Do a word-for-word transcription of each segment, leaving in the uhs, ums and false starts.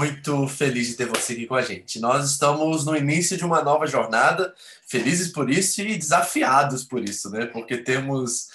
Muito feliz de ter você aqui com a gente. Nós estamos no início de uma nova jornada, felizes por isso e desafiados por isso, né? Porque temos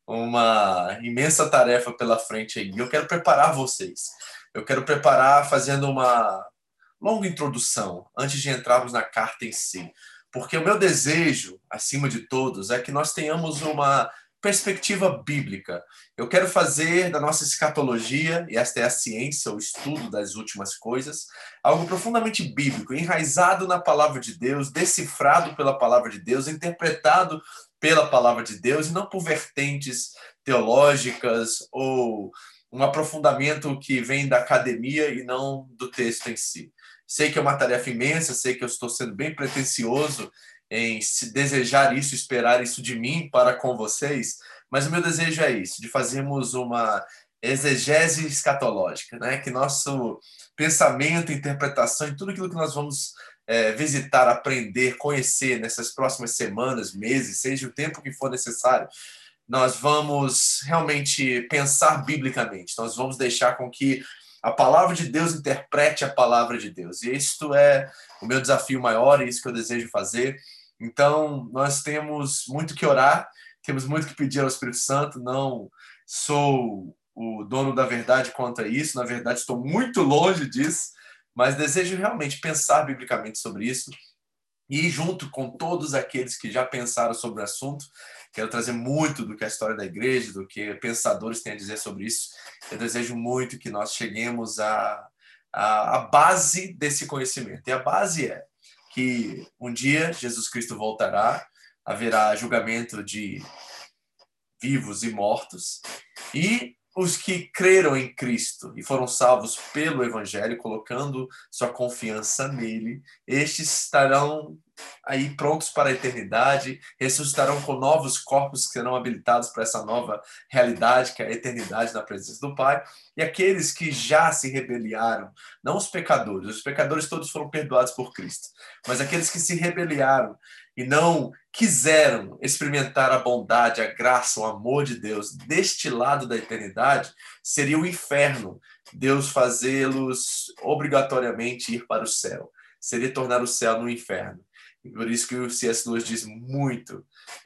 uma imensa tarefa pela frente aí. Eu quero preparar vocês. Eu quero preparar fazendo uma longa introdução antes de entrarmos na carta em si. Porque o meu desejo, acima de todos, é que nós tenhamos uma perspectiva bíblica. Eu quero fazer da nossa escatologia, e esta é a ciência, o estudo das últimas coisas, algo profundamente bíblico, enraizado na palavra de Deus, decifrado pela palavra de Deus, interpretado pela palavra de Deus, e não por vertentes teológicas ou um aprofundamento que vem da academia e não do texto em si. Sei que é uma tarefa imensa, sei que eu estou sendo bem pretensioso em se desejar isso, esperar isso de mim para com vocês, mas o meu desejo é isso, de fazermos uma exegese escatológica, né? Que nosso pensamento, interpretação e tudo aquilo que nós vamos é, visitar, aprender, conhecer nessas próximas semanas, meses, seja o tempo que for necessário, nós vamos realmente pensar biblicamente, nós vamos deixar com que a palavra de Deus interprete a palavra de Deus. E isto é o meu desafio maior, é isso que eu desejo fazer. Então, nós temos muito que orar, temos muito que pedir ao Espírito Santo. Não sou o dono da verdade quanto a isso, na verdade estou muito longe disso, mas desejo realmente pensar biblicamente sobre isso. E junto com todos aqueles que já pensaram sobre o assunto, quero trazer muito do que a história da igreja, do que pensadores têm a dizer sobre isso. Eu desejo muito que nós cheguemos à, à, à base desse conhecimento. E a base é que um dia Jesus Cristo voltará, haverá julgamento de vivos e mortos, e os que creram em Cristo e foram salvos pelo Evangelho, colocando sua confiança nele, estes estarão aí prontos para a eternidade, ressuscitarão com novos corpos que serão habilitados para essa nova realidade, que é a eternidade na presença do Pai. E aqueles que já se rebeliaram, não os pecadores, os pecadores todos foram perdoados por Cristo, mas aqueles que se rebeliaram e não quiseram experimentar a bondade, a graça, o amor de Deus deste lado da eternidade, seria o inferno, Deus fazê-los obrigatoriamente ir para o céu. Seria tornar o céu no inferno. E por isso que o C S Lewis diz muito,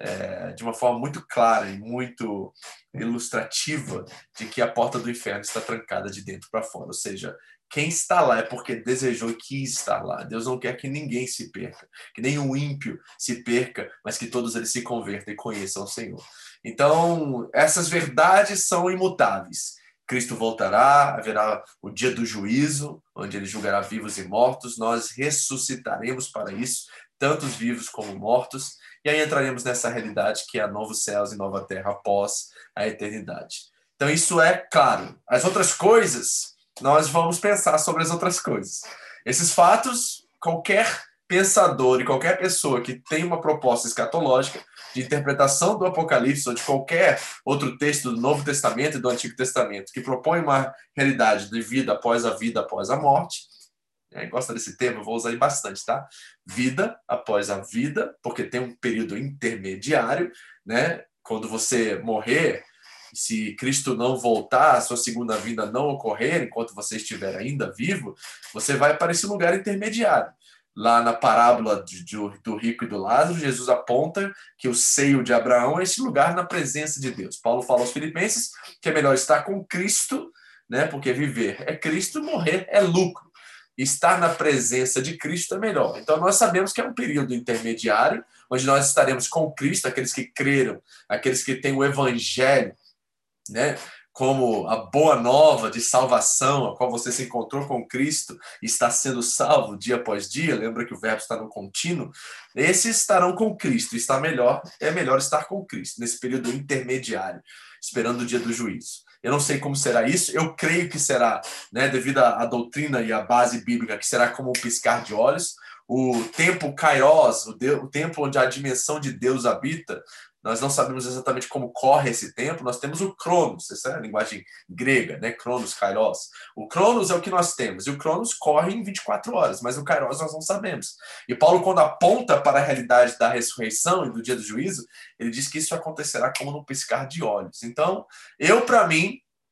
é, de uma forma muito clara e muito ilustrativa, de que a porta do inferno está trancada de dentro para fora. Ou seja, quem está lá é porque desejou e quis estar lá. Deus não quer que ninguém se perca, que nenhum ímpio se perca, mas que todos eles se convertam e conheçam o Senhor. Então, essas verdades são imutáveis. Cristo voltará, haverá o dia do juízo, onde ele julgará vivos e mortos. Nós ressuscitaremos para isso, tanto os vivos como mortos. E aí entraremos nessa realidade que é a novos céus e nova terra após a eternidade. Então, isso é claro. As outras coisas, nós vamos pensar sobre as outras coisas. Esses fatos, qualquer pensador e qualquer pessoa que tem uma proposta escatológica de interpretação do Apocalipse ou de qualquer outro texto do Novo Testamento e do Antigo Testamento que propõe uma realidade de vida após a vida, após a morte, é, gosta desse termo, eu vou usar aí bastante, tá? Vida após a vida, porque tem um período intermediário, né? Quando você morrer, se Cristo não voltar, a sua segunda vinda não ocorrer, enquanto você estiver ainda vivo, você vai para esse lugar intermediário. Lá na parábola de, de, do rico e do Lázaro, Jesus aponta que o seio de Abraão é esse lugar na presença de Deus. Paulo fala aos Filipenses que é melhor estar com Cristo, né, porque viver é Cristo, morrer é lucro. Estar na presença de Cristo é melhor. Então nós sabemos que é um período intermediário, onde nós estaremos com Cristo, aqueles que creram, aqueles que têm o Evangelho, né, como a boa nova de salvação, a qual você se encontrou com Cristo e está sendo salvo dia após dia, lembra que o verbo está no contínuo, esses estarão com Cristo, está melhor, é melhor estar com Cristo, nesse período intermediário, esperando o dia do juízo. Eu não sei como será isso, eu creio que será, né, devido à doutrina e à base bíblica, que será como um piscar de olhos, o tempo kairos, o, Deus, o tempo onde a dimensão de Deus habita. Nós não sabemos exatamente como corre esse tempo, nós temos o Cronos, essa é a linguagem grega, né? Cronos, Kairos. O Cronos é o que nós temos, e o Cronos corre em vinte e quatro horas, mas o Kairos nós não sabemos. E Paulo, quando aponta para a realidade da ressurreição e do dia do juízo, ele diz que isso acontecerá como num piscar de olhos. Então, eu, para mim,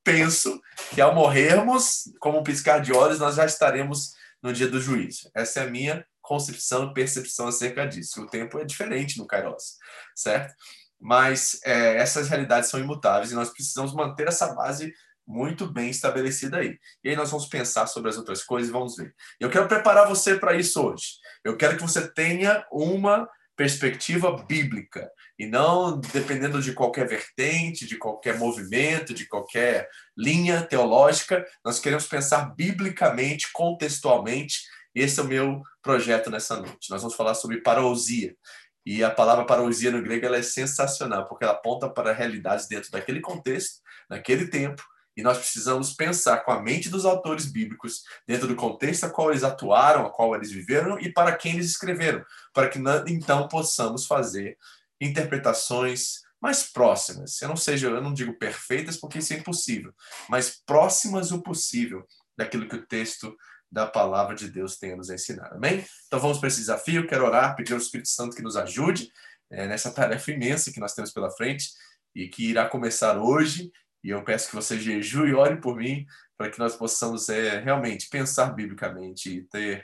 penso que ao morrermos, como um piscar de olhos, nós já estaremos no dia do juízo. Essa é a minha concepção e percepção acerca disso. O tempo é diferente no Kairos, certo? Mas é, essas realidades são imutáveis e nós precisamos manter essa base muito bem estabelecida aí. E aí nós vamos pensar sobre as outras coisas e vamos ver. Eu quero preparar você para isso hoje. Eu quero que você tenha uma perspectiva bíblica e não dependendo de qualquer vertente, de qualquer movimento, de qualquer linha teológica. Nós queremos pensar biblicamente, contextualmente. Esse é o meu projeto nessa noite. Nós vamos falar sobre parousia. E a palavra parousia no grego ela é sensacional, porque ela aponta para realidades dentro daquele contexto, naquele tempo, e nós precisamos pensar com a mente dos autores bíblicos, dentro do contexto a qual eles atuaram, a qual eles viveram e para quem eles escreveram, para que então possamos fazer interpretações mais próximas. Eu não seja, eu não digo perfeitas, porque isso é impossível, mas próximas o possível daquilo que o texto da palavra de Deus tem a nos ensinar. Amém? Então vamos para esse desafio. Quero orar, pedir ao Espírito Santo que nos ajude é, nessa tarefa imensa que nós temos pela frente e que irá começar hoje. E eu peço que você jejue e ore por mim para que nós possamos é, realmente pensar biblicamente e ter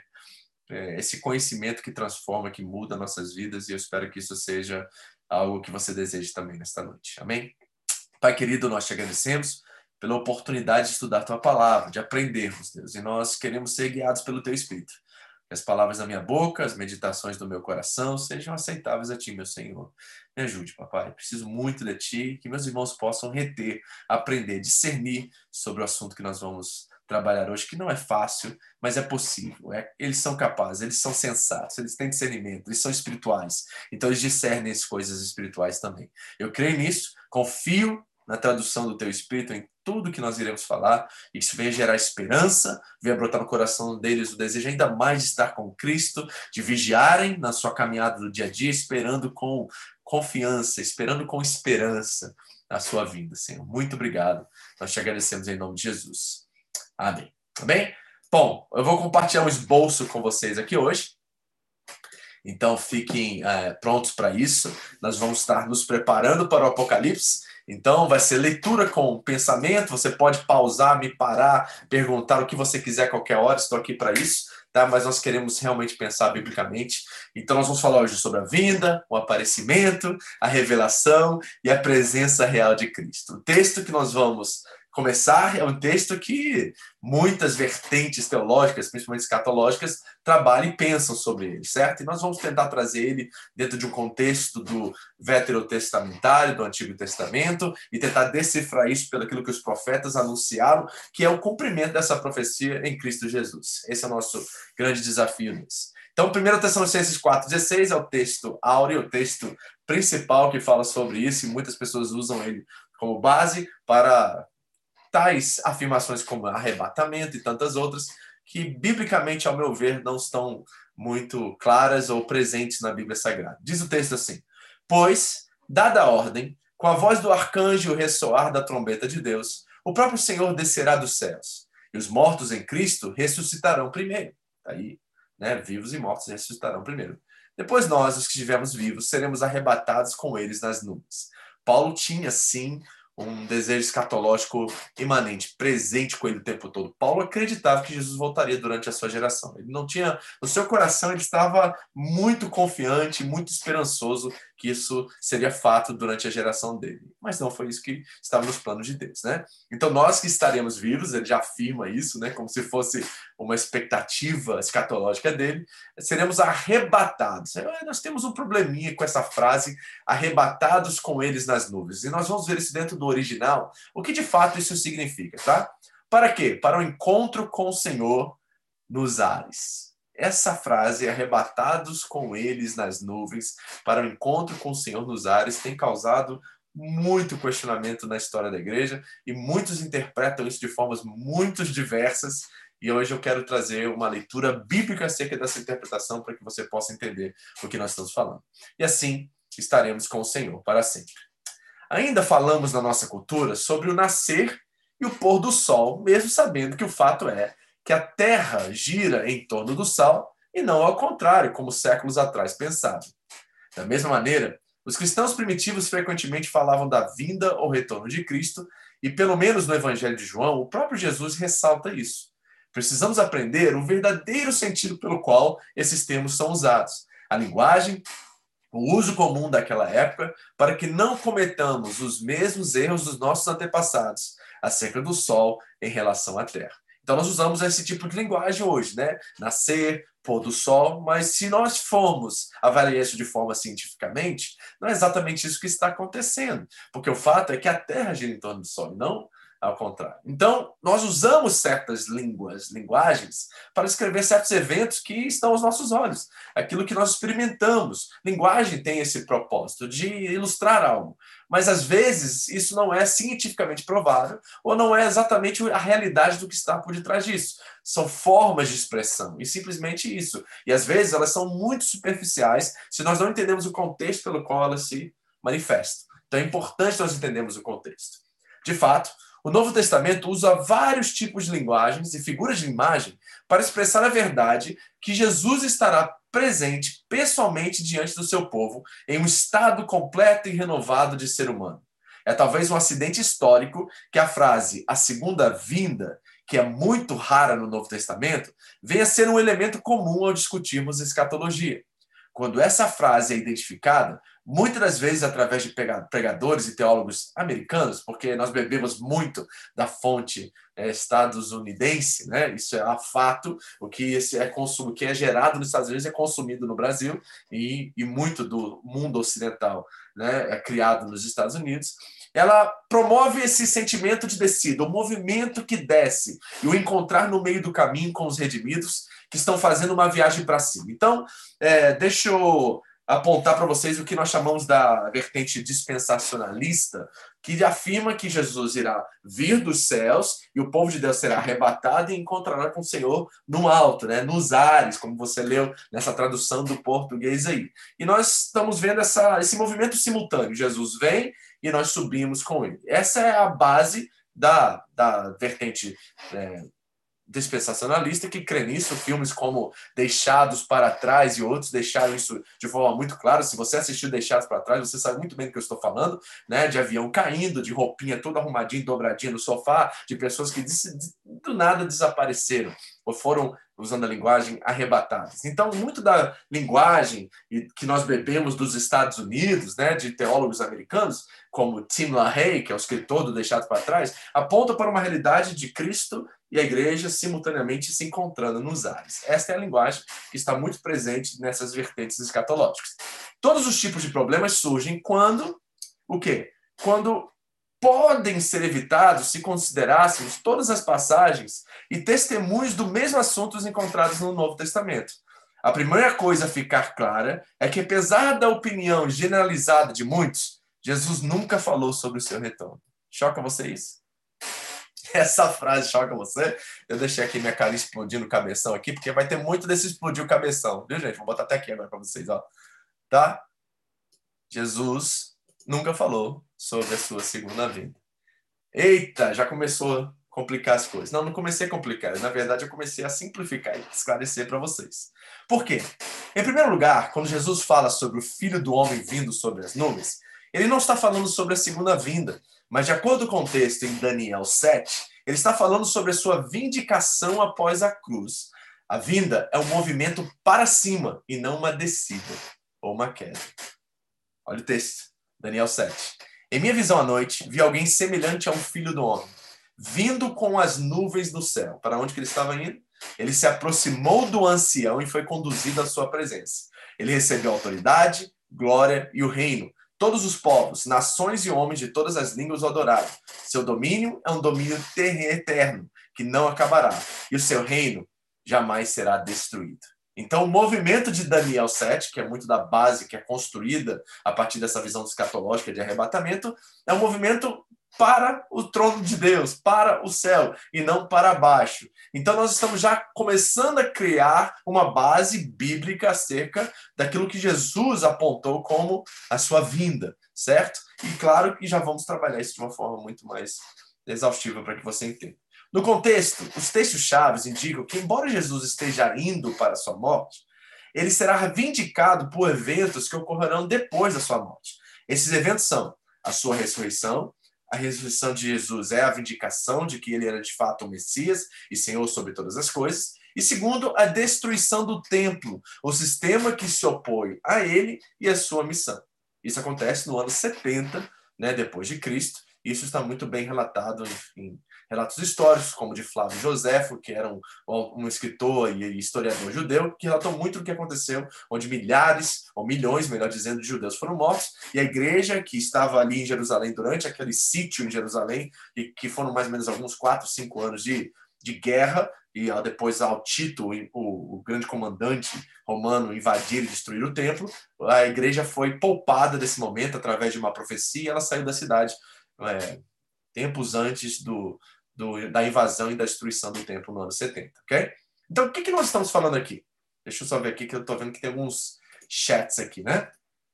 é, esse conhecimento que transforma, que muda nossas vidas. E eu espero que isso seja algo que você deseje também nesta noite. Amém? Pai querido, nós te agradecemos pela oportunidade de estudar Tua Palavra, de aprendermos, Deus. E nós queremos ser guiados pelo Teu Espírito. Que as palavras da minha boca, as meditações do meu coração sejam aceitáveis a Ti, meu Senhor. Me ajude, papai. Preciso muito de Ti, que meus irmãos possam reter, aprender, discernir sobre o assunto que nós vamos trabalhar hoje, que não é fácil, mas é possível. É, eles são capazes, eles são sensatos, eles têm discernimento, eles são espirituais. Então eles discernem as coisas espirituais também. Eu creio nisso, confio na tradução do Teu Espírito em tudo que nós iremos falar, e que isso venha gerar esperança, venha brotar no coração deles o desejo ainda mais de estar com Cristo, de vigiarem na sua caminhada do dia a dia, esperando com confiança, esperando com esperança a sua vinda, Senhor. Muito obrigado. Nós te agradecemos em nome de Jesus. Amém. Tá bem? Bom, eu vou compartilhar um esboço com vocês aqui hoje. Então fiquem é, prontos para isso. Nós vamos estar nos preparando para o Apocalipse. Então vai ser leitura com pensamento. Você pode pausar, me parar, perguntar o que você quiser a qualquer hora. Estou aqui para isso, tá? Mas nós queremos realmente pensar biblicamente. Então nós vamos falar hoje sobre a vinda, o aparecimento, a revelação e a presença real de Cristo. O texto que nós vamos começar é um texto que muitas vertentes teológicas, principalmente escatológicas, trabalham e pensam sobre ele, certo? E nós vamos tentar trazer ele dentro de um contexto do veterotestamentário, do Antigo Testamento, e tentar decifrar isso pelo aquilo que os profetas anunciaram, que é o cumprimento dessa profecia em Cristo Jesus. Esse é o nosso grande desafio nisso. Então, primeiro Tessalonicenses quatro, dezesseis é o texto áureo, o texto principal que fala sobre isso, e muitas pessoas usam ele como base para tais afirmações como arrebatamento e tantas outras, que biblicamente, ao meu ver, não estão muito claras ou presentes na Bíblia Sagrada. Diz o texto assim: pois, dada a ordem, com a voz do arcanjo e o ressoar da trombeta de Deus, o próprio Senhor descerá dos céus, e os mortos em Cristo ressuscitarão primeiro. Aí, né, vivos e mortos ressuscitarão primeiro. Depois nós, os que estivermos vivos, seremos arrebatados com eles nas nuvens. Paulo tinha, sim, um desejo escatológico imanente, presente com ele o tempo todo. Paulo acreditava que Jesus voltaria durante a sua geração. Ele não tinha, no seu coração, ele estava muito confiante, muito esperançoso que isso seria fato durante a geração dele. Mas não foi isso que estava nos planos de Deus, né? Então nós que estaremos vivos, ele já afirma isso, né? Como se fosse uma expectativa escatológica dele, seremos arrebatados. Nós temos um probleminha com essa frase, arrebatados com eles nas nuvens. E nós vamos ver isso dentro do original, o que de fato isso significa, tá? Para quê? Para o encontro com o Senhor nos ares. Essa frase, arrebatados com eles nas nuvens, para o encontro com o Senhor nos ares, tem causado muito questionamento na história da igreja e muitos interpretam isso de formas muito diversas. E hoje eu quero trazer uma leitura bíblica acerca dessa interpretação para que você possa entender o que nós estamos falando. E assim estaremos com o Senhor para sempre. Ainda falamos na nossa cultura sobre o nascer e o pôr do sol, mesmo sabendo que o fato é que a Terra gira em torno do Sol e não ao contrário, como séculos atrás pensavam. Da mesma maneira, os cristãos primitivos frequentemente falavam da vinda ou retorno de Cristo E pelo menos no Evangelho de João, o próprio Jesus ressalta isso. Precisamos aprender o verdadeiro sentido pelo qual esses termos são usados. A linguagem, o uso comum daquela época, para que não cometamos os mesmos erros dos nossos antepassados acerca do sol em relação à terra. Então nós usamos esse tipo de linguagem hoje, né? Nascer, pôr do sol, mas se nós formos avaliar isso de forma cientificamente, não é exatamente isso que está acontecendo, porque o fato é que a Terra gira em torno do sol, não ao contrário. Então, nós usamos certas línguas, linguagens, para escrever certos eventos que estão aos nossos olhos, aquilo que nós experimentamos. Linguagem tem esse propósito de ilustrar algo, mas às vezes isso não é cientificamente provado ou não é exatamente a realidade do que está por detrás disso. São formas de expressão e simplesmente isso. E às vezes elas são muito superficiais se nós não entendemos o contexto pelo qual elas se manifestam. Então é importante nós entendermos o contexto. De fato, o Novo Testamento usa vários tipos de linguagens e figuras de imagem para expressar a verdade que Jesus estará presente pessoalmente diante do seu povo em um estado completo e renovado de ser humano. É talvez um acidente histórico que a frase "a segunda vinda", que é muito rara no Novo Testamento, venha a ser um elemento comum ao discutirmos escatologia. Quando essa frase é identificada, muitas das vezes através de pregadores e teólogos americanos, porque nós bebemos muito da fonte é, estadunidense, né? Isso é a fato, o que esse é consumo, o que é gerado nos Estados Unidos é consumido no Brasil e, e muito do mundo ocidental, né, é criado nos Estados Unidos. Ela promove esse sentimento de descida, o movimento que desce e o encontrar no meio do caminho com os redimidos que estão fazendo uma viagem para cima. Então, é, deixa eu apontar para vocês o que nós chamamos da vertente dispensacionalista, que afirma que Jesus irá vir dos céus e o povo de Deus será arrebatado e encontrará com o Senhor no alto, né, nos ares, como você leu nessa tradução do português aí. E nós estamos vendo essa, esse movimento simultâneo. Jesus vem e nós subimos com ele. Essa é a base da, da vertente é, dispensacionalista, que crê nisso. Filmes como Deixados para Trás e outros deixaram isso de forma muito clara. Se você assistiu Deixados para Trás, você sabe muito bem do que eu estou falando, né? De avião caindo, de roupinha toda arrumadinha, dobradinha no sofá, de pessoas que do nada desapareceram ou foram, usando a linguagem, arrebatadas. Então, muito da linguagem que nós bebemos dos Estados Unidos, né, de teólogos americanos, como Tim LaHaye, que é o escritor do Deixados para Trás, aponta para uma realidade de Cristo e a igreja simultaneamente se encontrando nos ares. Esta é a linguagem que está muito presente nessas vertentes escatológicas. Todos os tipos de problemas surgem quando, o quê? Quando podem ser evitados se considerássemos todas as passagens e testemunhos do mesmo assunto encontrados no Novo Testamento. A primeira coisa a ficar clara é que, apesar da opinião generalizada de muitos, Jesus nunca falou sobre o seu retorno. Choca você isso? Essa frase choca você? Eu deixei aqui minha cara explodindo o cabeção aqui, porque vai ter muito desse explodir o cabeção. Viu, gente? Vou botar até aqui agora para vocês, ó. Tá? Jesus nunca falou sobre a sua segunda vinda. Eita, já começou a complicar as coisas. Não, não comecei a complicar. Na verdade, eu comecei a simplificar e esclarecer para vocês. Por quê? Em primeiro lugar, quando Jesus fala sobre o Filho do Homem vindo sobre as nuvens, ele não está falando sobre a segunda vinda, mas de acordo com o texto em Daniel sete, ele está falando sobre a sua vindicação após a cruz. A vinda é um movimento para cima e não uma descida ou uma queda. Olha o texto, Daniel sete. Em minha visão à noite, vi alguém semelhante a um filho do homem, vindo com as nuvens do céu. Para onde que ele estava indo? Ele se aproximou do ancião e foi conduzido à sua presença. Ele recebeu a autoridade, glória e o reino. Todos os povos, nações e homens de todas as línguas o adoraram. Seu domínio é um domínio eterno, que não acabará. E o seu reino jamais será destruído. Então, o movimento de Daniel sete, que é muito da base que é construída a partir dessa visão escatológica de arrebatamento, é um movimento para o trono de Deus, para o céu, e não para baixo. Então, nós estamos já começando a criar uma base bíblica acerca daquilo que Jesus apontou como a sua vinda, certo? E claro que já vamos trabalhar isso de uma forma muito mais exaustiva para que você entenda. No contexto, os textos-chave indicam que, embora Jesus esteja indo para a sua morte, ele será vindicado por eventos que ocorrerão depois da sua morte. Esses eventos são a sua ressurreição, a ressurreição de Jesus é a vindicação de que ele era de fato o Messias e Senhor sobre todas as coisas. E segundo, a destruição do templo, o sistema que se opõe a ele e a sua missão. Isso acontece no ano setenta, né, depois de Cristo. Isso está muito bem relatado em relatos históricos, como de Flávio Joséfo, que era um, um escritor e historiador judeu, que relatou muito do que aconteceu, onde milhares, ou milhões, melhor dizendo, de judeus foram mortos, e a igreja que estava ali em Jerusalém durante aquele sítio em Jerusalém, e que foram mais ou menos alguns quatro, cinco anos de, de guerra, e depois ao Tito, o, o grande comandante romano, invadir e destruir o templo, a igreja foi poupada desse momento através de uma profecia, e ela saiu da cidade é, tempos antes do, do, da invasão e da destruição do templo no ano setenta, ok? Então, o que, que nós estamos falando aqui? Deixa eu só ver aqui, que eu estou vendo que tem alguns chats aqui, né?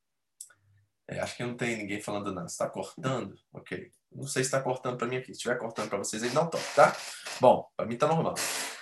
É, acho que não tem ninguém falando nada. Está cortando? Ok. Não sei se está cortando para mim aqui. Se estiver cortando para vocês, aí não toque, tá? Bom, para mim está normal.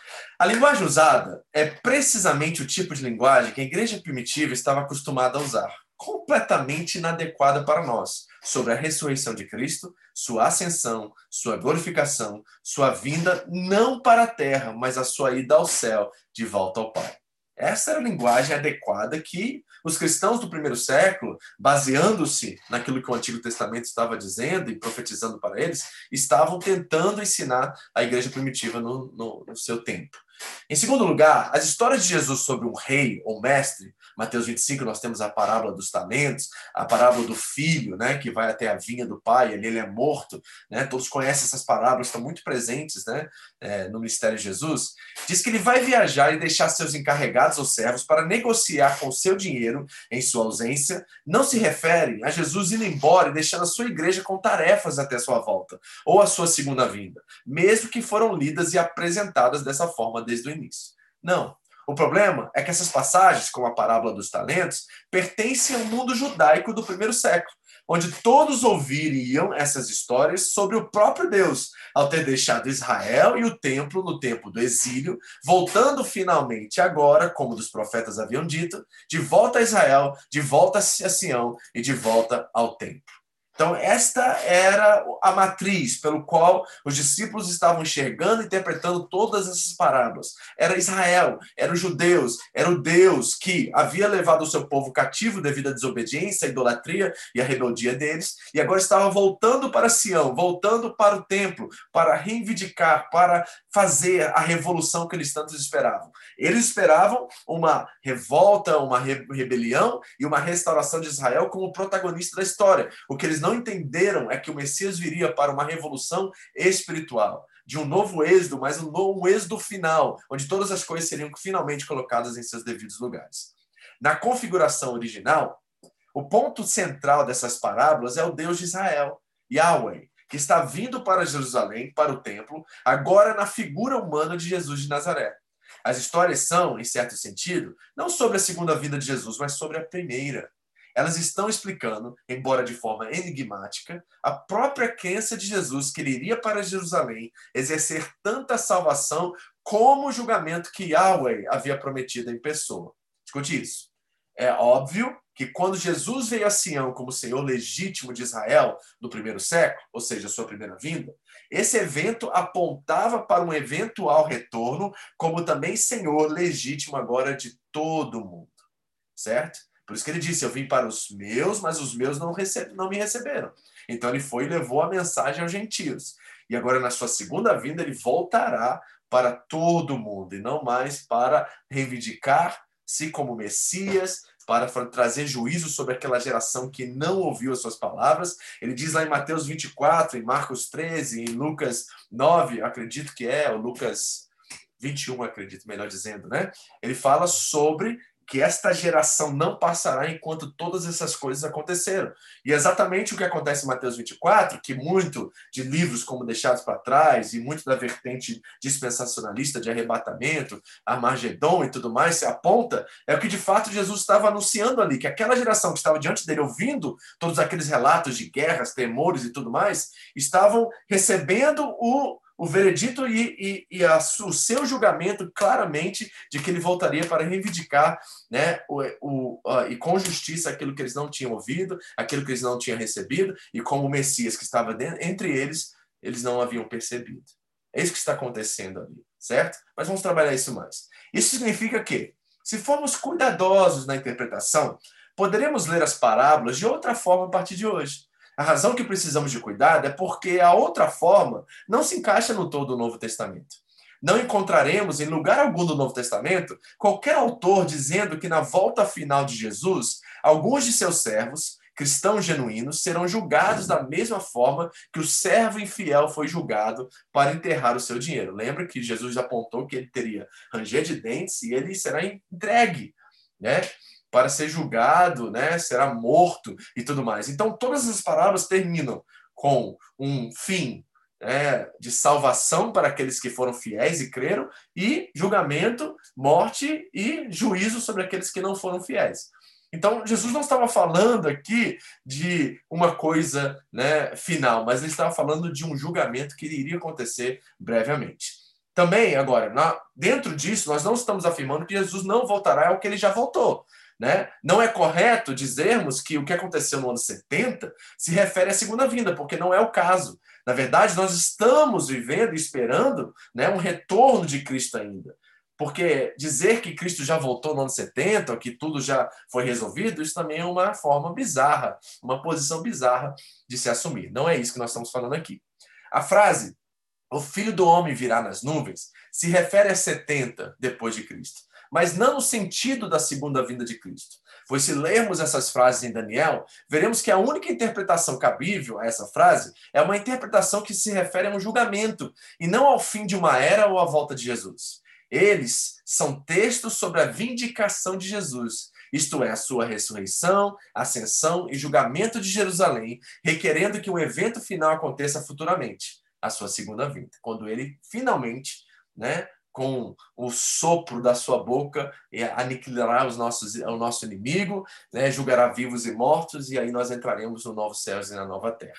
A linguagem usada é precisamente o tipo de linguagem que a igreja primitiva estava acostumada a usar, completamente inadequada para nós, sobre a ressurreição de Cristo, sua ascensão, sua glorificação, sua vinda não para a terra, mas a sua ida ao céu, de volta ao Pai. Essa era a linguagem adequada que os cristãos do primeiro século, baseando-se naquilo que o Antigo Testamento estava dizendo e profetizando para eles, estavam tentando ensinar a igreja primitiva no, no, no seu tempo. Em segundo lugar, as histórias de Jesus sobre um rei ou mestre, Mateus vinte e cinco, nós temos a parábola dos talentos, a parábola do filho, né, que vai até a vinha do pai, ali ele é morto, né, todos conhecem essas parábolas, estão muito presentes, né, é, no mistério de Jesus. Diz que ele vai viajar e deixar seus encarregados ou servos para negociar com o seu dinheiro em sua ausência. Não se refere a Jesus indo embora e deixando a sua igreja com tarefas até sua volta, ou a sua segunda vinda, mesmo que foram lidas e apresentadas dessa forma desde o início. Não. O problema é que essas passagens, como a parábola dos talentos, pertencem ao mundo judaico do primeiro século, onde todos ouviriam essas histórias sobre o próprio Deus, ao ter deixado Israel e o templo no tempo do exílio, voltando finalmente agora, como os profetas haviam dito, de volta a Israel, de volta a Sião e de volta ao templo. Então, esta era a matriz pelo qual os discípulos estavam enxergando e interpretando todas essas parábolas. Era Israel, eram os judeus, era o Deus que havia levado o seu povo cativo devido à desobediência, à idolatria e à rebeldia deles, e agora estava voltando para Sião, voltando para o templo, para reivindicar, para fazer a revolução que eles tantos esperavam. Eles esperavam uma revolta, uma rebelião e uma restauração de Israel como protagonista da história. O que eles não entenderam é que o Messias viria para uma revolução espiritual, de um novo êxodo, mas um novo êxodo final, onde todas as coisas seriam finalmente colocadas em seus devidos lugares. Na configuração original, o ponto central dessas parábolas é o Deus de Israel, Yahweh, que está vindo para Jerusalém, para o templo, agora na figura humana de Jesus de Nazaré. As histórias são, em certo sentido, não sobre a segunda vinda de Jesus, mas sobre a primeira. Elas estão explicando, embora de forma enigmática, a própria crença de Jesus que ele iria para Jerusalém exercer tanta salvação como o julgamento que Yahweh havia prometido em pessoa. Escute isso. É óbvio que quando Jesus veio a Sião como Senhor legítimo de Israel no primeiro século, ou seja, a sua primeira vinda, esse evento apontava para um eventual retorno como também Senhor legítimo agora de todo mundo. Certo? Por isso que ele disse, eu vim para os meus, mas os meus não, recebe, não me receberam. Então ele foi e levou a mensagem aos gentios. E agora na sua segunda vinda ele voltará para todo mundo, e não mais para reivindicar-se como Messias, para trazer juízo sobre aquela geração que não ouviu as suas palavras. Ele diz lá em Mateus vinte e quatro, em Marcos treze, em Lucas nove, acredito que é, ou Lucas vinte e um, acredito, melhor dizendo, né? Ele fala sobre que esta geração não passará enquanto todas essas coisas aconteceram. E é exatamente o que acontece em Mateus vinte e quatro, que muito de livros como Deixados para Trás e muito da vertente dispensacionalista de arrebatamento, Armagedon e tudo mais se aponta, é o que de fato Jesus estava anunciando ali, que aquela geração que estava diante dele ouvindo todos aqueles relatos de guerras, temores e tudo mais, estavam recebendo o o veredito e, e, e a, o seu julgamento claramente de que ele voltaria para reivindicar, né, o, o, a, e com justiça aquilo que eles não tinham ouvido, aquilo que eles não tinham recebido, e como o Messias que estava dentro, entre eles, eles não haviam percebido. É isso que está acontecendo ali, certo? Mas vamos trabalhar isso mais. Isso significa que, se formos cuidadosos na interpretação, poderemos ler as parábolas de outra forma a partir de hoje. A razão que precisamos de cuidado é porque a outra forma não se encaixa no todo do Novo Testamento. Não encontraremos em lugar algum do Novo Testamento qualquer autor dizendo que na volta final de Jesus, alguns de seus servos, cristãos genuínos, serão julgados da mesma forma que o servo infiel foi julgado para enterrar o seu dinheiro. Lembra que Jesus apontou que ele teria ranger de dentes e ele será entregue, né, para ser julgado, né, será morto e tudo mais. Então, todas as parábolas terminam com um fim, né, de salvação para aqueles que foram fiéis e creram, e julgamento, morte e juízo sobre aqueles que não foram fiéis. Então, Jesus não estava falando aqui de uma coisa, né, final, mas ele estava falando de um julgamento que iria acontecer brevemente. Também, agora, na, dentro disso, nós não estamos afirmando que Jesus não voltará ao que ele já voltou. Né? Não é correto dizermos que o que aconteceu no ano setenta se refere à segunda vinda, porque não é o caso. Na verdade, nós estamos vivendo e esperando, né, um retorno de Cristo ainda. Porque dizer que Cristo já voltou no ano setenta, ou que tudo já foi resolvido, isso também é uma forma bizarra, uma posição bizarra de se assumir. Não é isso que nós estamos falando aqui. A frase, o Filho do Homem virá nas nuvens, se refere a setenta depois de Cristo, mas não no sentido da segunda vinda de Cristo. Pois se lermos essas frases em Daniel, veremos que a única interpretação cabível a essa frase é uma interpretação que se refere a um julgamento, e não ao fim de uma era ou à volta de Jesus. Eles são textos sobre a vindicação de Jesus, isto é, a sua ressurreição, ascensão e julgamento de Jerusalém, requerendo que um evento final aconteça futuramente, a sua segunda vinda, quando ele finalmente, né, com o sopro da sua boca, aniquilará os nossos, o nosso inimigo, né, julgará vivos e mortos, e aí nós entraremos no novo céu e na nova terra.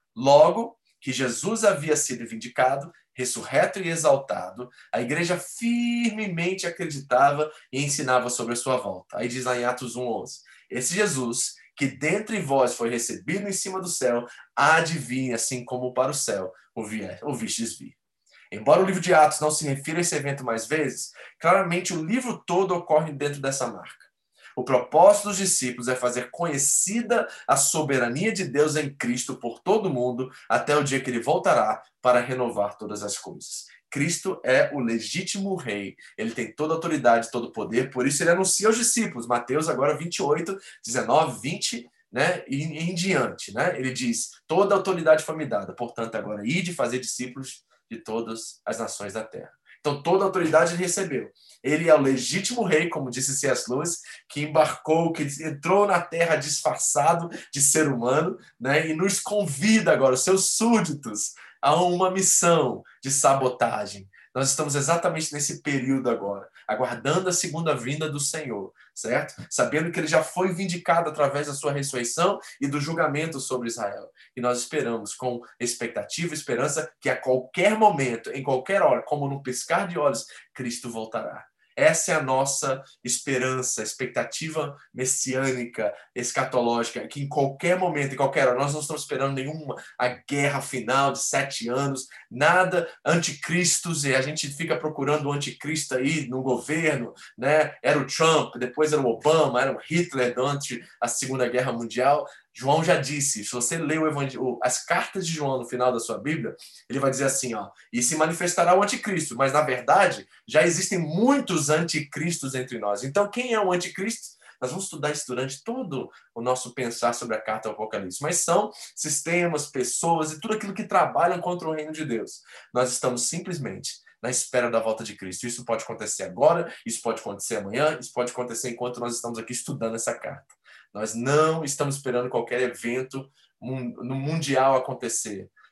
Logo que Jesus havia sido vindicado, ressurreto e exaltado, a igreja firmemente acreditava e ensinava sobre a sua volta. Aí diz lá em Atos um, onze, esse Jesus, que dentre vós foi recebido em cima do céu, há de vir, assim como para o céu o vistes vir. Embora o livro de Atos não se refira a esse evento mais vezes, claramente o livro todo ocorre dentro dessa marca. O propósito dos discípulos é fazer conhecida a soberania de Deus em Cristo por todo mundo, até o dia que ele voltará para renovar todas as coisas. Cristo é o legítimo rei. Ele tem toda a autoridade, todo o poder, por isso ele anuncia aos discípulos. Mateus agora vinte e oito, dezenove, vinte, né, e em diante, né? Ele diz, toda a autoridade foi me dada, portanto agora ide fazer discípulos de todas as nações da terra. Então, toda a autoridade ele recebeu. Ele é o legítimo rei, como disse C S Lewis, que embarcou, que entrou na terra disfarçado de ser humano, né, e nos convida agora, os seus súditos, a uma missão de sabotagem. Nós estamos exatamente nesse período agora, aguardando a segunda vinda do Senhor, certo? Sabendo que ele já foi vindicado através da sua ressurreição e do julgamento sobre Israel. E nós esperamos com expectativa e esperança que a qualquer momento, em qualquer hora, como no piscar de olhos, Cristo voltará. Essa é a nossa esperança, expectativa messiânica, escatológica, que em qualquer momento, em qualquer hora, nós não estamos esperando nenhuma a guerra final de sete anos, nada anticristos, e a gente fica procurando o anticristo aí no governo, né? Era o Trump, depois era o Obama, era o Hitler durante a Segunda Guerra Mundial. João já disse, se você lê o Evangelho, as cartas de João no final da sua Bíblia, ele vai dizer assim, ó, e se manifestará o anticristo, mas na verdade já existem muitos anticristos entre nós. Então quem é o anticristo? Nós vamos estudar isso durante todo o nosso pensar sobre a carta ao Apocalipse, mas são sistemas, pessoas e tudo aquilo que trabalham contra o reino de Deus. Nós estamos simplesmente na espera da volta de Cristo. Isso pode acontecer agora, isso pode acontecer amanhã, isso pode acontecer enquanto nós estamos aqui estudando essa carta. Nós não estamos esperando qualquer evento no mundial acontecer.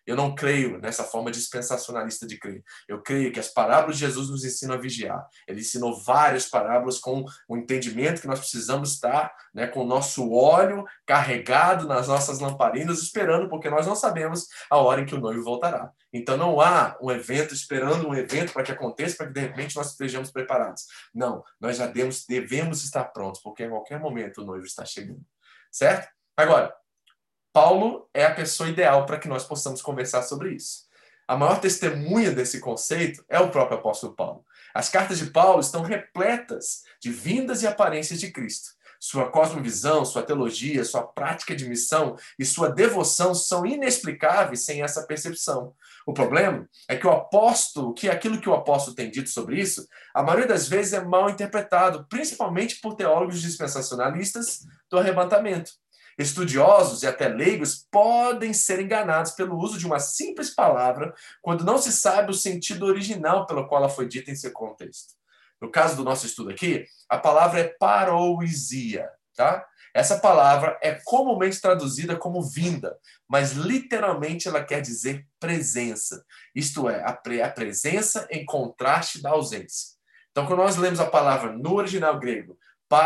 Eu não creio nessa forma dispensacionalista de crer. Eu creio que as parábolas de Jesus nos ensinam a vigiar. Ele ensinou várias parábolas com o entendimento que nós precisamos estar, né, com o nosso óleo carregado nas nossas lamparinas, esperando, porque nós não sabemos a hora em que o noivo voltará. Então não há um evento esperando um evento para que aconteça, para que de repente nós estejamos preparados. Não, nós já devemos, devemos estar prontos, porque em qualquer momento o noivo está chegando. Certo? Agora, Paulo é a pessoa ideal para que nós possamos conversar sobre isso. A maior testemunha desse conceito é o próprio apóstolo Paulo. As cartas de Paulo estão repletas de vindas e aparências de Cristo. Sua cosmovisão, sua teologia, sua prática de missão e sua devoção são inexplicáveis sem essa percepção. O problema é que o apóstolo, que aquilo que o apóstolo tem dito sobre isso, a maioria das vezes é mal interpretado, principalmente por teólogos dispensacionalistas do arrebatamento. Estudiosos e até leigos podem ser enganados pelo uso de uma simples palavra quando não se sabe o sentido original pelo qual ela foi dita em seu contexto. No caso do nosso estudo aqui, a palavra é parousia, tá? Essa palavra é comumente traduzida como vinda, mas literalmente ela quer dizer presença. Isto é, a, pre a presença em contraste da ausência. Então, quando nós lemos a palavra no original grego,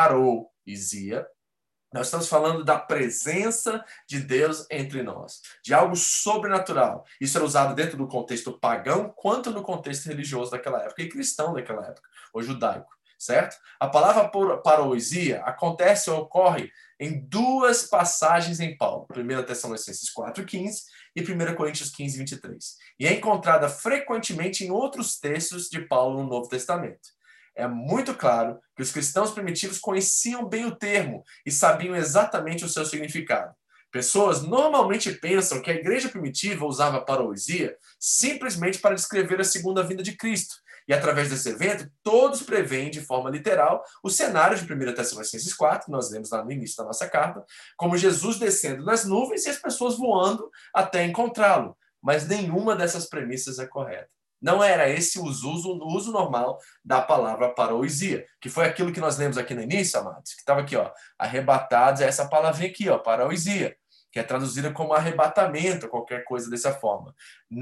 parousia, nós estamos falando da presença de Deus entre nós, de algo sobrenatural. Isso era usado dentro do contexto pagão, quanto no contexto religioso daquela época e cristão daquela época, ou judaico, certo? A palavra parousia acontece ou ocorre em duas passagens em Paulo, primeira Tessalonicenses quatro, quinze e primeira Coríntios quinze, vinte e três. E é encontrada frequentemente em outros textos de Paulo no Novo Testamento. É muito claro que os cristãos primitivos conheciam bem o termo e sabiam exatamente o seu significado. Pessoas normalmente pensam que a igreja primitiva usava a parousia simplesmente para descrever a segunda vinda de Cristo. E através desse evento, todos preveem de forma literal o cenário de primeira Tessalonicenses quatro, que nós lemos lá no início da nossa carta, como Jesus descendo nas nuvens e as pessoas voando até encontrá-lo. Mas nenhuma dessas premissas é correta. Não era esse o uso, o uso normal da palavra parousia, que foi aquilo que nós lemos aqui no início, amados, que estava aqui, ó, arrebatados, é essa palavrinha aqui, ó, parousia, que é traduzida como arrebatamento, qualquer coisa dessa forma.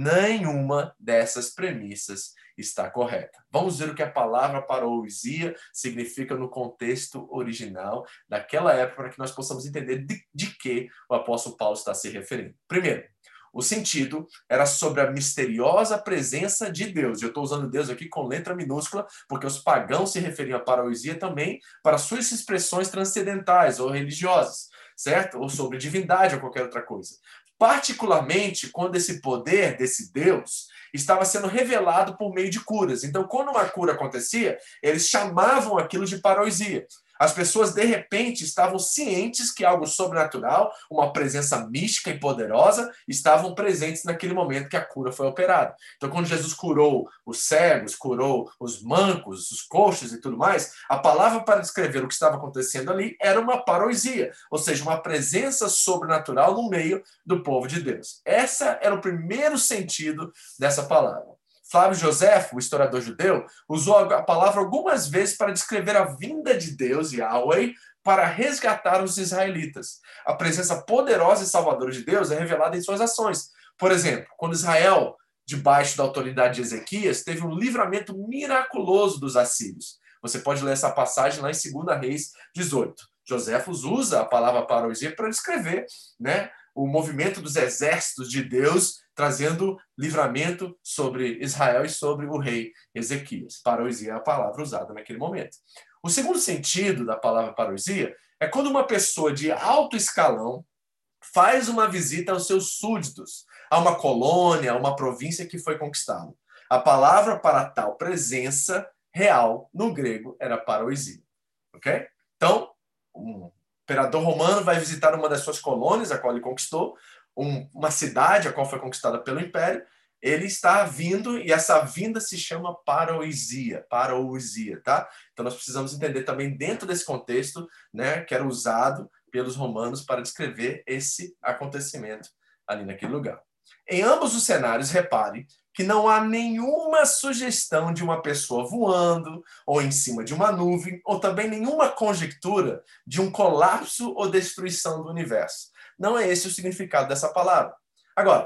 Nenhuma dessas premissas está correta. Vamos ver o que a palavra parousia significa no contexto original daquela época, para que nós possamos entender de, de que o apóstolo Paulo está se referindo. Primeiro, o sentido era sobre a misteriosa presença de Deus. Eu estou usando Deus aqui com letra minúscula, porque os pagãos se referiam à parousia também para suas expressões transcendentais ou religiosas, certo? Ou sobre divindade ou qualquer outra coisa. Particularmente quando esse poder desse Deus estava sendo revelado por meio de curas. Então, quando uma cura acontecia, eles chamavam aquilo de parousia. As pessoas, de repente, estavam cientes que algo sobrenatural, uma presença mística e poderosa, estavam presentes naquele momento que a cura foi operada. Então, quando Jesus curou os cegos, curou os mancos, os coxos e tudo mais, a palavra para descrever o que estava acontecendo ali era uma parousia, ou seja, uma presença sobrenatural no meio do povo de Deus. Essa era o primeiro sentido dessa palavra. Flávio Josefo, o historiador judeu, usou a palavra algumas vezes para descrever a vinda de Deus, Yahweh, para resgatar os israelitas. A presença poderosa e salvadora de Deus é revelada em suas ações. Por exemplo, quando Israel, debaixo da autoridade de Ezequias, teve um livramento miraculoso dos assírios. Você pode ler essa passagem lá em segunda Reis dezoito. Josefo usa a palavra parousia para descrever, né, o movimento dos exércitos de Deus trazendo livramento sobre Israel e sobre o rei Ezequias. Parousia é a palavra usada naquele momento. O segundo sentido da palavra parousia é quando uma pessoa de alto escalão faz uma visita aos seus súditos, a uma colônia, a uma província que foi conquistada. A palavra para tal presença real no grego era parousia. Ok? Então, um imperador romano vai visitar uma das suas colônias, a qual ele conquistou, um, uma cidade a qual foi conquistada pelo império. Ele está vindo e essa vinda se chama parousia, parousia, tá? Então nós precisamos entender também dentro desse contexto, né, que era usado pelos romanos para descrever esse acontecimento ali naquele lugar. Em ambos os cenários, repare que não há nenhuma sugestão de uma pessoa voando ou em cima de uma nuvem, ou também nenhuma conjectura de um colapso ou destruição do universo. Não é esse o significado dessa palavra. Agora,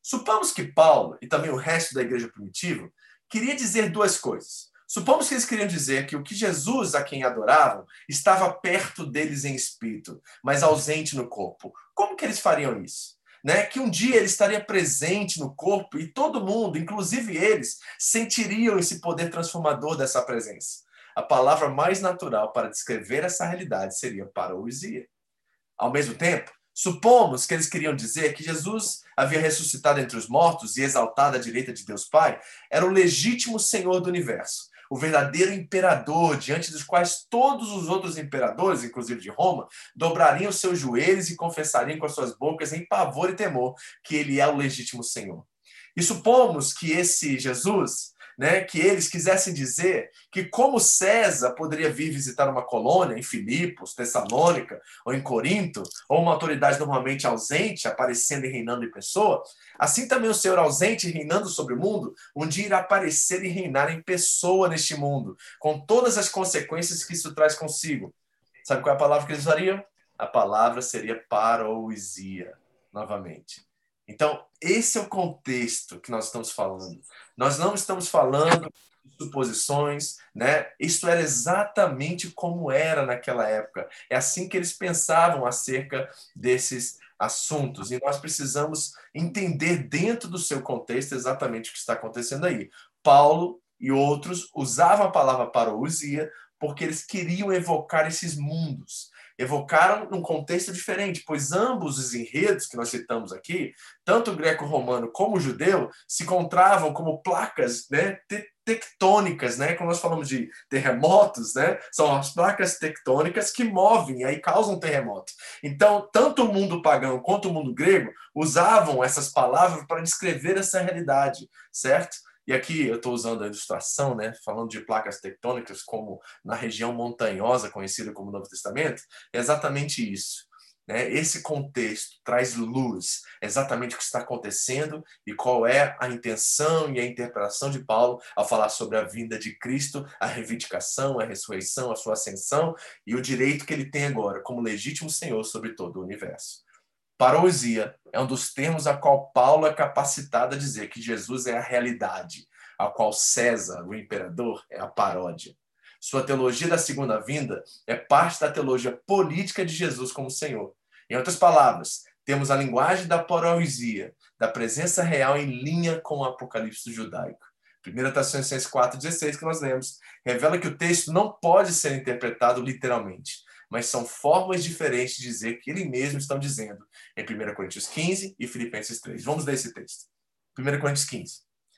Supomos que Paulo e também o resto da igreja primitiva queria dizer duas coisas. Supomos que eles queriam dizer que o que Jesus, a quem adoravam, estava perto deles em espírito, mas ausente no corpo. Como que eles fariam isso? Né? Que um dia ele estaria presente no corpo e todo mundo, inclusive eles, sentiriam esse poder transformador dessa presença. A palavra mais natural para descrever essa realidade seria parousia. Ao mesmo tempo, supomos que eles queriam dizer que Jesus havia ressuscitado entre os mortos e exaltado à direita de Deus Pai, era o legítimo Senhor do universo, o verdadeiro imperador, diante dos quais todos os outros imperadores, inclusive de Roma, dobrariam os seus joelhos e confessariam com as suas bocas em pavor e temor que ele é o legítimo Senhor. E supomos que esse Jesus, né, que eles quisessem dizer que como César poderia vir visitar uma colônia em Filipos, Tessalônica ou em Corinto, ou uma autoridade normalmente ausente, aparecendo e reinando em pessoa, assim também o Senhor ausente e reinando sobre o mundo, um dia irá aparecer e reinar em pessoa neste mundo, com todas as consequências que isso traz consigo. Sabe qual é a palavra que eles usariam? A palavra seria parousia, novamente. Então, esse é o contexto que nós estamos falando. Nós não estamos falando de suposições, né? Isto era exatamente como era naquela época. É assim que eles pensavam acerca desses assuntos. E nós precisamos entender dentro do seu contexto exatamente o que está acontecendo aí. Paulo e outros usavam a palavra parousia porque eles queriam evocar esses mundos. Evocaram num contexto diferente, pois ambos os enredos que nós citamos aqui, tanto o greco-romano como o judeu, se encontravam como placas, né, tectônicas, né, quando nós falamos de terremotos, né, são as placas tectônicas que movem e aí causam terremoto. Então, tanto o mundo pagão quanto o mundo grego usavam essas palavras para descrever essa realidade, certo? E aqui eu estou usando a ilustração, né, falando de placas tectônicas como na região montanhosa, conhecida como Novo Testamento, é exatamente isso. Né? Esse contexto traz luz, exatamente o que está acontecendo e qual é a intenção e a interpretação de Paulo ao falar sobre a vinda de Cristo, a reivindicação, a ressurreição, a sua ascensão e o direito que ele tem agora como legítimo Senhor sobre todo o universo. Parousia é um dos termos a qual Paulo é capacitado a dizer que Jesus é a realidade, a qual César, o imperador, é a paródia. Sua teologia da segunda vinda é parte da teologia política de Jesus como Senhor. Em outras palavras, temos a linguagem da parousia, da presença real em linha com o Apocalipse judaico. primeira Tessalonicenses quatro, dezesseis, que nós lemos, revela que o texto não pode ser interpretado literalmente, mas são formas diferentes de dizer que ele mesmo está dizendo em primeira Coríntios quinze e Filipenses três. Vamos ler esse texto. primeira Coríntios quinze.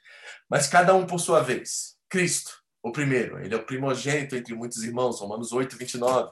Mas cada um por sua vez. Cristo, o primeiro, ele é o primogênito entre muitos irmãos, Romanos oito, vinte e nove.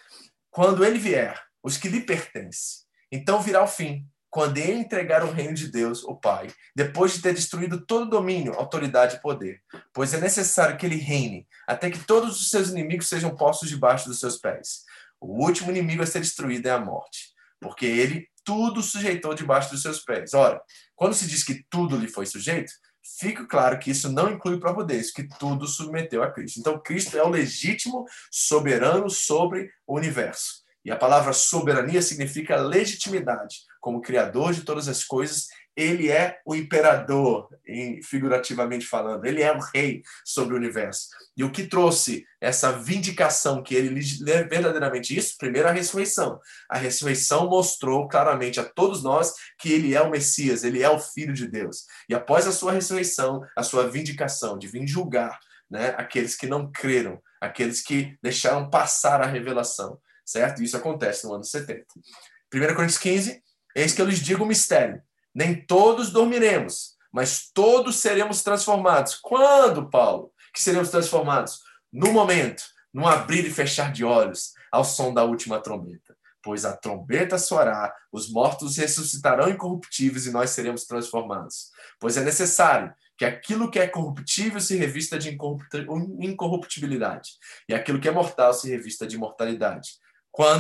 Quando ele vier, os que lhe pertencem, então virá o fim, quando ele entregar o reino de Deus, o Pai, depois de ter destruído todo domínio, autoridade e poder. Pois é necessário que ele reine, até que todos os seus inimigos sejam postos debaixo dos seus pés. O último inimigo a ser destruído é a morte, porque ele tudo sujeitou debaixo dos seus pés. Ora, quando se diz que tudo lhe foi sujeito, fica claro que isso não inclui o próprio Deus, que tudo submeteu a Cristo. Então, Cristo é o legítimo soberano sobre o universo. E a palavra soberania significa legitimidade. Como criador de todas as coisas, ele é o imperador, figurativamente falando. Ele é o rei sobre o universo. E o que trouxe essa vindicação que ele é verdadeiramente isso? Primeiro, a ressurreição. A ressurreição mostrou claramente a todos nós que ele é o Messias, ele é o Filho de Deus. E após a sua ressurreição, a sua vindicação de vir julgar, né, aqueles que não creram, aqueles que deixaram passar a revelação, certo? Isso acontece no ano setenta. primeira Coríntios quinze, eis que eu lhes digo o mistério. Nem todos dormiremos, mas todos seremos transformados. Quando, Paulo, que seremos transformados? No momento, num abrir e fechar de olhos, ao som da última trombeta. Pois a trombeta soará, os mortos ressuscitarão incorruptíveis e nós seremos transformados. Pois é necessário que aquilo que é corruptível se revista de incorruptibilidade, e aquilo que é mortal se revista de imortalidade. Quando?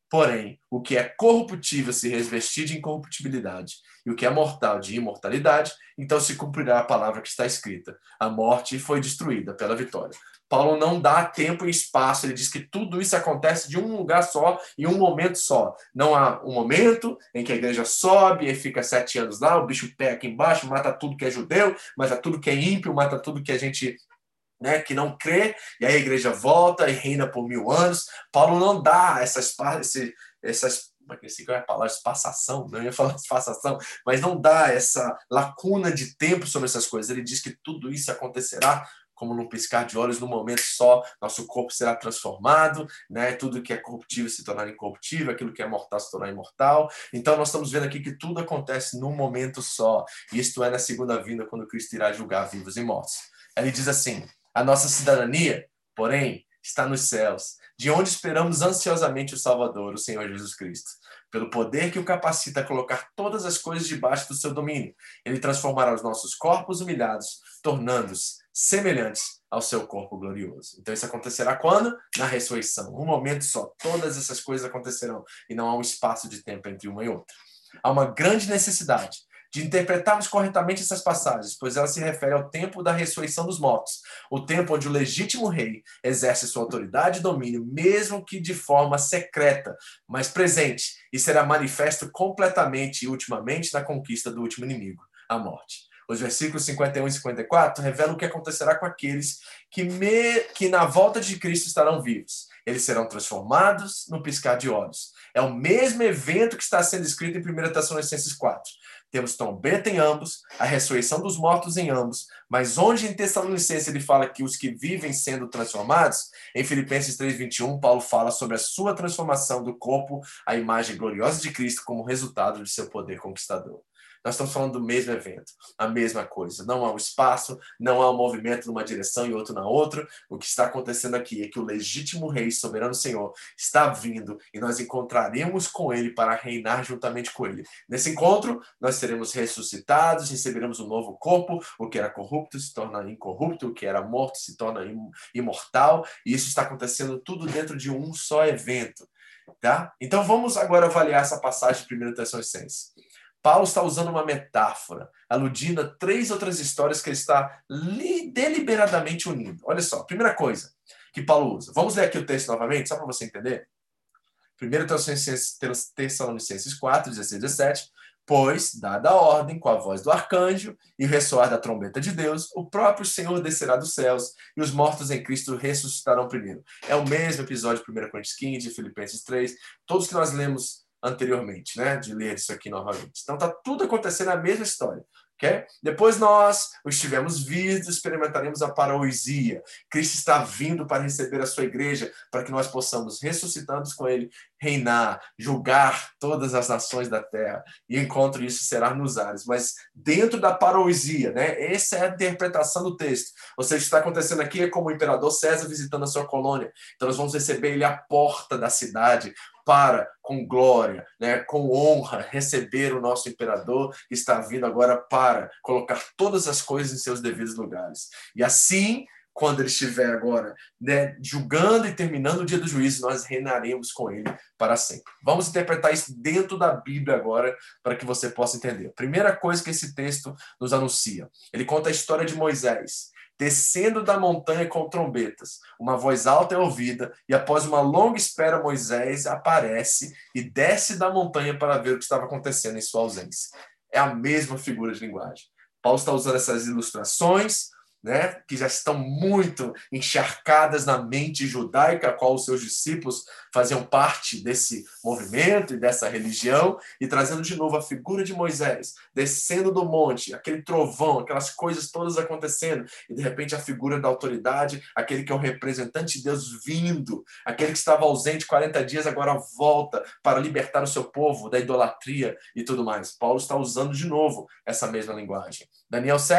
Porém, o que é corruptível se revestir de incorruptibilidade, e o que é mortal de imortalidade, então se cumprirá a palavra que está escrita. A morte foi destruída pela vitória. Paulo não dá tempo e espaço, ele diz que tudo isso acontece de um lugar só, em um momento só. Não há um momento em que a igreja sobe e fica sete anos lá, o bicho pé aqui embaixo, mata tudo que é judeu, mata tudo que é ímpio, mata tudo que a gente... Né, que não crê, e aí a igreja volta e reina por mil anos. Paulo não dá essas, esse, essas esse, qual é a palavra? Espaçação, não ia falar espaçação, mas não dá essa lacuna de tempo sobre essas coisas. Ele diz que tudo isso acontecerá como num piscar de olhos, num momento só, nosso corpo será transformado, né? Tudo que é corruptível se tornar incorruptível, aquilo que é mortal se tornar imortal. Então nós estamos vendo aqui que tudo acontece num momento só, e isto é na segunda vinda, quando Cristo irá julgar vivos e mortos. Ele diz assim: a nossa cidadania, porém, está nos céus, de onde esperamos ansiosamente o Salvador, o Senhor Jesus Cristo. Pelo poder que o capacita a colocar todas as coisas debaixo do seu domínio, ele transformará os nossos corpos humilhados, tornando-os semelhantes ao seu corpo glorioso. Então isso acontecerá quando? Na ressurreição. Um momento só. Todas essas coisas acontecerão e não há um espaço de tempo entre uma e outra. Há uma grande necessidade de interpretarmos corretamente essas passagens, pois ela se refere ao tempo da ressurreição dos mortos, o tempo onde o legítimo rei exerce sua autoridade e domínio, mesmo que de forma secreta, mas presente, e será manifesto completamente e ultimamente na conquista do último inimigo, a morte. Os versículos cinquenta e um e cinquenta e quatro revelam o que acontecerá com aqueles que, me... que na volta de Cristo estarão vivos. Eles serão transformados no piscar de olhos. É o mesmo evento que está sendo escrito em primeira Tessalonicenses quatro. Temos trombeta em ambos, a ressurreição dos mortos em ambos, mas onde em Tessalonicenses ele fala que os que vivem sendo transformados, em Filipenses três, vinte e um, Paulo fala sobre a sua transformação do corpo à imagem gloriosa de Cristo como resultado de seu poder conquistador. Nós estamos falando do mesmo evento, a mesma coisa. Não há um espaço, não há um movimento numa direção e outro na outra. O que está acontecendo aqui é que o legítimo rei, soberano Senhor, está vindo e nós encontraremos com ele para reinar juntamente com ele. Nesse encontro, nós seremos ressuscitados, receberemos um novo corpo, o que era corrupto se torna incorrupto, o que era morto se torna imortal, e isso está acontecendo tudo dentro de um só evento. Tá? Então vamos agora avaliar essa passagem de primeira Tessalonicenses. Paulo está usando uma metáfora, aludindo a três outras histórias que ele está deliberadamente unindo. Olha só, primeira coisa que Paulo usa. Vamos ler aqui o texto novamente, só para você entender. primeira Tessalonicenses quatro, dezesseis e dezessete. Pois, dada a ordem com a voz do arcanjo e o ressoar da trombeta de Deus, o próprio Senhor descerá dos céus e os mortos em Cristo ressuscitarão primeiro. É o mesmo episódio de primeira Coríntios quinze, Filipenses três, todos que nós lemos anteriormente, né, de ler isso aqui novamente. Então tá tudo acontecendo a mesma história, ok? Depois nós os tivemos visto, experimentaremos a parousia. Cristo está vindo para receber a sua igreja, para que nós possamos, ressuscitados com ele, reinar, julgar todas as nações da terra. E encontro isso será nos ares. Mas dentro da parousia, né? Essa é a interpretação do texto. Ou seja, o que está acontecendo aqui é como o imperador César visitando a sua colônia. Então nós vamos receber ele à porta da cidade, para, com glória, né, com honra, receber o nosso imperador que está vindo agora para colocar todas as coisas em seus devidos lugares. E assim, quando ele estiver agora, né, julgando e terminando o dia do juízo, nós reinaremos com ele para sempre. Vamos interpretar isso dentro da Bíblia agora, para que você possa entender. Primeira coisa que esse texto nos anuncia, ele conta a história de Moisés, descendo da montanha com trombetas. Uma voz alta é ouvida, e após uma longa espera, Moisés aparece e desce da montanha para ver o que estava acontecendo em sua ausência. É a mesma figura de linguagem. Paulo está usando essas ilustrações, né, que já estão muito encharcadas na mente judaica, a qual os seus discípulos faziam parte desse movimento e dessa religião, e trazendo de novo a figura de Moisés, descendo do monte, aquele trovão, aquelas coisas todas acontecendo, e de repente a figura da autoridade, aquele que é o representante de Deus vindo, aquele que estava ausente quarenta dias, agora volta para libertar o seu povo da idolatria e tudo mais. Paulo está usando de novo essa mesma linguagem. Daniel sete,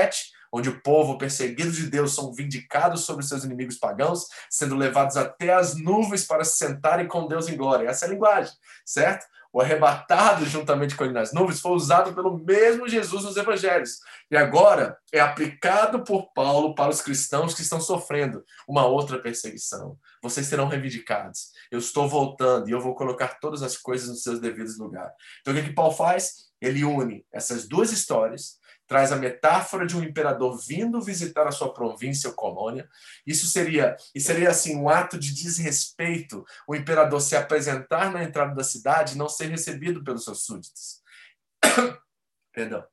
onde o povo perseguido de Deus são vindicados sobre seus inimigos pagãos, sendo levados até as nuvens para se sentarem com Deus em glória. Essa é a linguagem, certo? O arrebatado juntamente com ele nas nuvens foi usado pelo mesmo Jesus nos evangelhos. E agora é aplicado por Paulo para os cristãos que estão sofrendo uma outra perseguição. Vocês serão reivindicados. Eu estou voltando e eu vou colocar todas as coisas nos seus devidos lugares. Então o que, que Paulo faz? Ele une essas duas histórias, traz a metáfora de um imperador vindo visitar a sua província ou colônia. Isso seria, isso seria assim, um ato de desrespeito, o imperador se apresentar na entrada da cidade e não ser recebido pelos seus súditos. Perdão.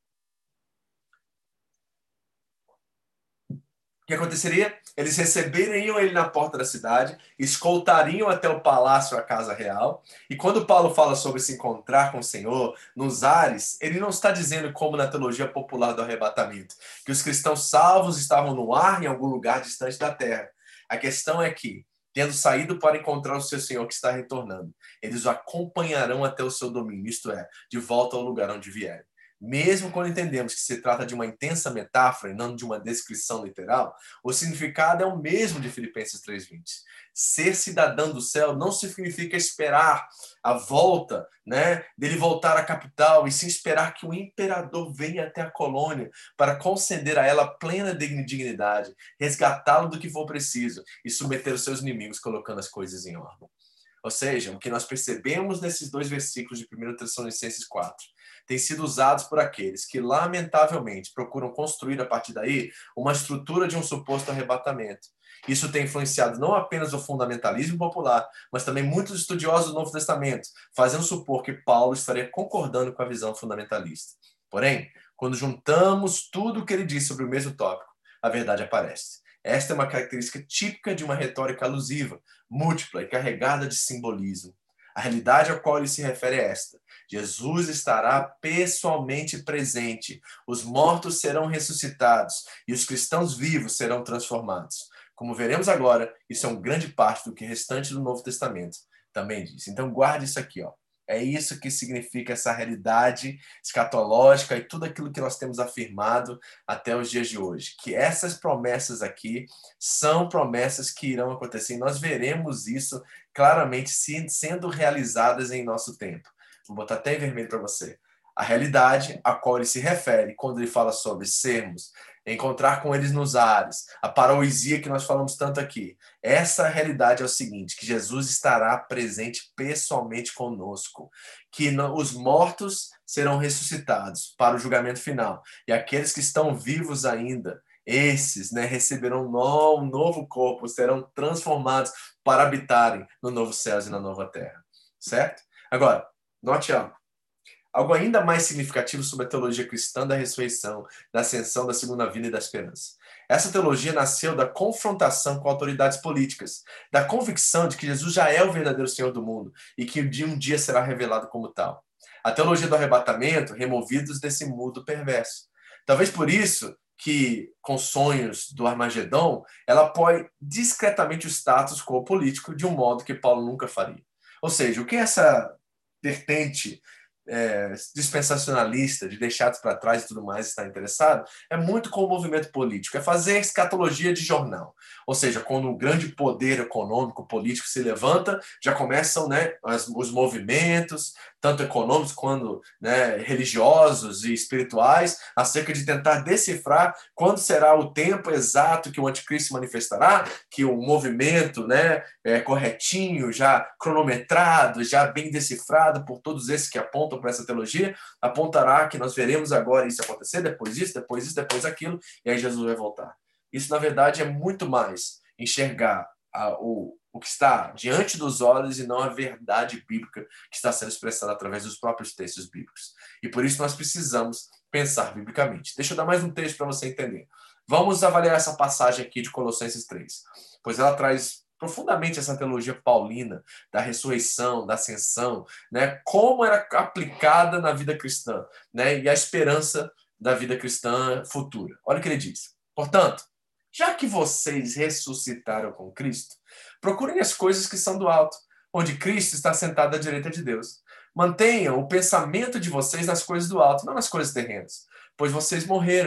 O que aconteceria? Eles receberiam ele na porta da cidade, escoltariam até o palácio, a casa real. E quando Paulo fala sobre se encontrar com o Senhor nos ares, ele não está dizendo, como na teologia popular do arrebatamento, que os cristãos salvos estavam no ar em algum lugar distante da terra. A questão é que, tendo saído para encontrar o seu Senhor que está retornando, eles o acompanharão até o seu domínio, isto é, de volta ao lugar onde vierem. Mesmo quando entendemos que se trata de uma intensa metáfora e não de uma descrição literal, o significado é o mesmo de Filipenses três vinte. Ser cidadão do céu não significa esperar a volta, né, dele voltar à capital, e sim esperar que o imperador venha até a colônia para conceder a ela plena dignidade, resgatá-lo do que for preciso e submeter os seus inimigos colocando as coisas em ordem. Ou seja, o que nós percebemos nesses dois versículos de primeira Tessalonicenses quatro tem sido usados por aqueles que, lamentavelmente, procuram construir a partir daí uma estrutura de um suposto arrebatamento. Isso tem influenciado não apenas o fundamentalismo popular, mas também muitos estudiosos do Novo Testamento, fazendo supor que Paulo estaria concordando com a visão fundamentalista. Porém, quando juntamos tudo o que ele diz sobre o mesmo tópico, a verdade aparece. Esta é uma característica típica de uma retórica alusiva, múltipla e carregada de simbolismo. A realidade a qual ele se refere é esta: Jesus estará pessoalmente presente, os mortos serão ressuscitados e os cristãos vivos serão transformados. Como veremos agora, isso é uma grande parte do que o restante do Novo Testamento também diz. Então guarde isso aqui, ó. É isso que significa essa realidade escatológica e tudo aquilo que nós temos afirmado até os dias de hoje. Que essas promessas aqui são promessas que irão acontecer. E nós veremos isso claramente sendo realizadas em nosso tempo. Vou botar até em vermelho para você. A realidade a qual ele se refere quando ele fala sobre sermos, encontrar com eles nos ares, a parousia que nós falamos tanto aqui. Essa realidade é o seguinte, que Jesus estará presente pessoalmente conosco, que os mortos serão ressuscitados para o julgamento final, e aqueles que estão vivos ainda, esses, né, receberão um novo corpo, serão transformados para habitarem no novo céu e na nova terra, certo? Agora, note algo. Algo ainda mais significativo sobre a teologia cristã da ressurreição, da ascensão, da segunda vinda e da esperança. Essa teologia nasceu da confrontação com autoridades políticas, da convicção de que Jesus já é o verdadeiro Senhor do mundo e que de um dia será revelado como tal. A teologia do arrebatamento, removidos desse mundo perverso. Talvez por isso que, com sonhos do Armagedon, ela apoia discretamente o status quo político de um modo que Paulo nunca faria. Ou seja, o que essa vertente É, dispensacionalista, de deixados para trás e tudo mais, está interessado, é muito com o movimento político, é fazer escatologia de jornal. Ou seja, quando o grande poder econômico, político se levanta, já começam, né, as, os movimentos, tanto econômicos quanto, né, religiosos e espirituais, acerca de tentar decifrar quando será o tempo exato que o anticristo se manifestará, que o movimento, né, é corretinho, já cronometrado, já bem decifrado por todos esses que apontam para essa teologia, apontará que nós veremos agora isso acontecer, depois isso, depois isso, depois aquilo, e aí Jesus vai voltar. Isso, na verdade, é muito mais enxergar a, o, o que está diante dos olhos e não a verdade bíblica que está sendo expressada através dos próprios textos bíblicos. E por isso nós precisamos pensar biblicamente. Deixa eu dar mais um texto para você entender. Vamos avaliar essa passagem aqui de Colossenses três, pois ela traz profundamente essa teologia paulina da ressurreição, da ascensão, né? Como era aplicada na vida cristã, né? E a esperança da vida cristã futura. Olha o que ele diz. Portanto, já que vocês ressuscitaram com Cristo, procurem as coisas que são do alto, onde Cristo está sentado à direita de Deus. Mantenham o pensamento de vocês nas coisas do alto, não nas coisas terrenas, pois vocês morreram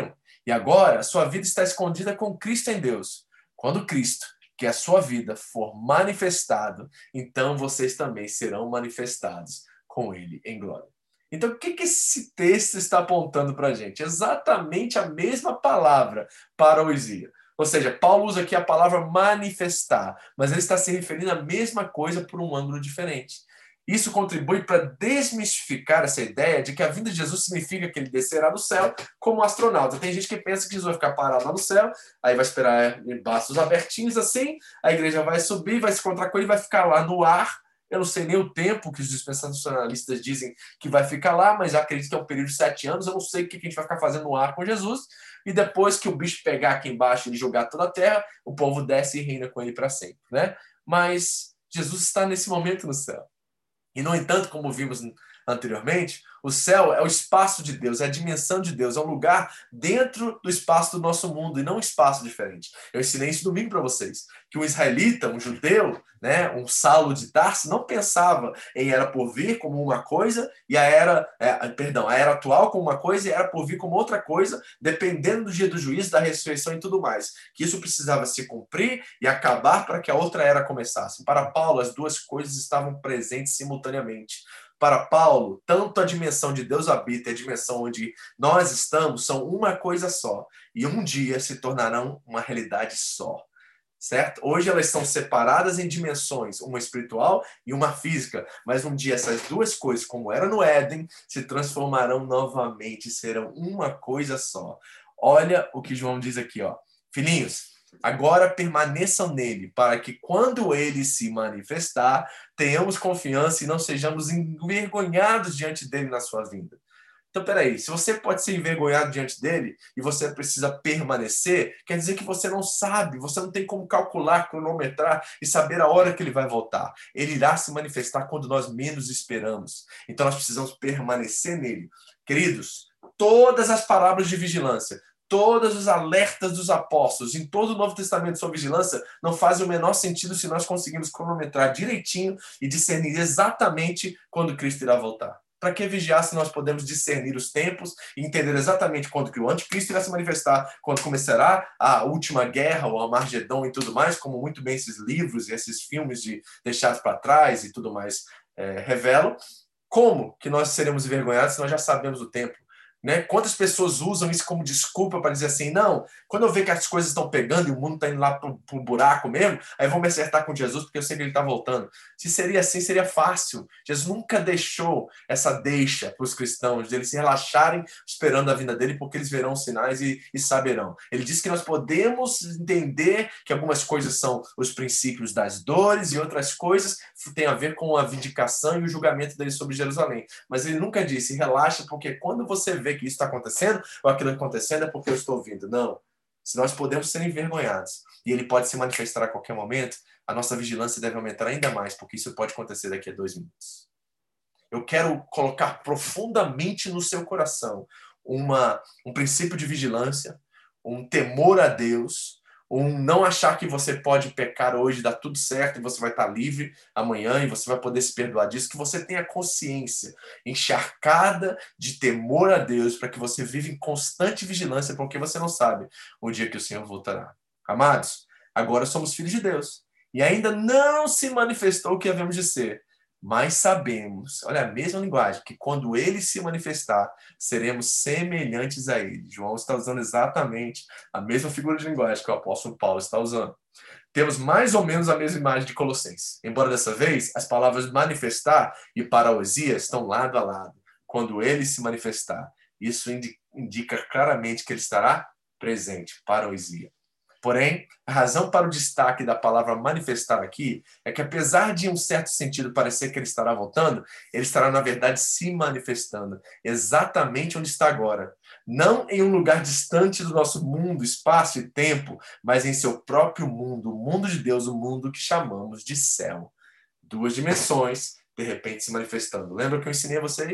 E agora, a sua vida está escondida com Cristo em Deus. Quando Cristo, que é a sua vida, for manifestado, então vocês também serão manifestados com Ele em glória. Então, o que, que esse texto está apontando para a gente? Exatamente a mesma palavra parousia. Ou seja, Paulo usa aqui a palavra manifestar, mas ele está se referindo à mesma coisa por um ângulo diferente. Isso contribui para desmistificar essa ideia de que a vinda de Jesus significa que ele descerá do céu como astronauta. Tem gente que pensa que Jesus vai ficar parado lá no céu, aí vai esperar braços abertinhos assim, a igreja vai subir, vai se encontrar com ele, vai ficar lá no ar. Eu não sei nem o tempo que os dispensacionalistas dizem que vai ficar lá, mas eu acredito que é um período de sete anos. Eu não sei o que a gente vai ficar fazendo no ar com Jesus. E depois que o bicho pegar aqui embaixo e jogar toda a terra, o povo desce e reina com ele para sempre, né? Mas Jesus está nesse momento no céu. E, no entanto, como vimos anteriormente, o céu é o espaço de Deus, é a dimensão de Deus, é um lugar dentro do espaço do nosso mundo e não um espaço diferente. Eu ensinei isso domingo para vocês, que um israelita, um judeu, né, um Saulo de Tarso, não pensava em era por vir como uma coisa e a era, é, perdão, a era atual como uma coisa e a era por vir como outra coisa, dependendo do dia do juízo, da ressurreição e tudo mais. Que isso precisava se cumprir e acabar para que a outra era começasse. Para Paulo, as duas coisas estavam presentes simultaneamente. Para Paulo, tanto a dimensão de Deus habita e a dimensão onde nós estamos são uma coisa só. E um dia se tornarão uma realidade só. Certo? Hoje elas são separadas em dimensões, uma espiritual e uma física. Mas um dia essas duas coisas, como era no Éden, se transformarão novamente, serão uma coisa só. Olha o que João diz aqui, ó. Filhinhos, agora permaneçam nele, para que quando ele se manifestar, tenhamos confiança e não sejamos envergonhados diante dele na sua vinda. Então, peraí, se você pode ser envergonhado diante dele e você precisa permanecer, quer dizer que você não sabe, você não tem como calcular, cronometrar e saber a hora que ele vai voltar. Ele irá se manifestar quando nós menos esperamos. Então, nós precisamos permanecer nele. Queridos, todas as parábolas de vigilância, todos os alertas dos apóstolos, em todo o Novo Testamento sobre vigilância, não fazem o menor sentido se nós conseguirmos cronometrar direitinho e discernir exatamente quando Cristo irá voltar. Para que vigiar se nós podemos discernir os tempos e entender exatamente quando que o anticristo irá se manifestar, quando começará a última guerra, o Armagedon e tudo mais, como muito bem esses livros e esses filmes de deixados para trás e tudo mais é, revelam. Como que nós seremos envergonhados se nós já sabemos o tempo? Né? Quantas pessoas usam isso como desculpa para dizer assim, não, quando eu ver que as coisas estão pegando e o mundo está indo lá para o buraco mesmo, aí vou me acertar com Jesus porque eu sei que ele está voltando. Se seria assim, seria fácil. Jesus nunca deixou essa deixa para os cristãos, de eles se relaxarem esperando a vinda dele, porque eles verão os sinais e, e saberão. Ele disse que nós podemos entender que algumas coisas são os princípios das dores e outras coisas têm a ver com a vindicação e o julgamento dele sobre Jerusalém. Mas ele nunca disse, relaxa, porque quando você vê que isso está acontecendo, ou aquilo acontecendo é porque eu estou ouvindo. Não. Se nós podemos ser envergonhados e ele pode se manifestar a qualquer momento, a nossa vigilância deve aumentar ainda mais, porque isso pode acontecer daqui a dois minutos. Eu quero colocar profundamente no seu coração uma, um princípio de vigilância, um temor a Deus, um não achar que você pode pecar hoje, dar tudo certo e você vai estar livre amanhã e você vai poder se perdoar disso, que você tenha consciência encharcada de temor a Deus para que você viva em constante vigilância, porque você não sabe o dia que o Senhor voltará. Amados, agora somos filhos de Deus e ainda não se manifestou o que havemos de ser, mas sabemos, olha a mesma linguagem, que quando ele se manifestar, seremos semelhantes a ele. João está usando exatamente a mesma figura de linguagem que o apóstolo Paulo está usando. Temos mais ou menos a mesma imagem de Colossenses. Embora dessa vez, as palavras manifestar e parousia estão lado a lado. Quando ele se manifestar, isso indica claramente que ele estará presente, parousia. Porém, a razão para o destaque da palavra manifestar aqui é que, apesar de, em um certo sentido, parecer que ele estará voltando, ele estará, na verdade, se manifestando exatamente onde está agora. Não em um lugar distante do nosso mundo, espaço e tempo, mas em seu próprio mundo, o mundo de Deus, o mundo que chamamos de céu. Duas dimensões, de repente, se manifestando. Lembra que eu ensinei a vocês?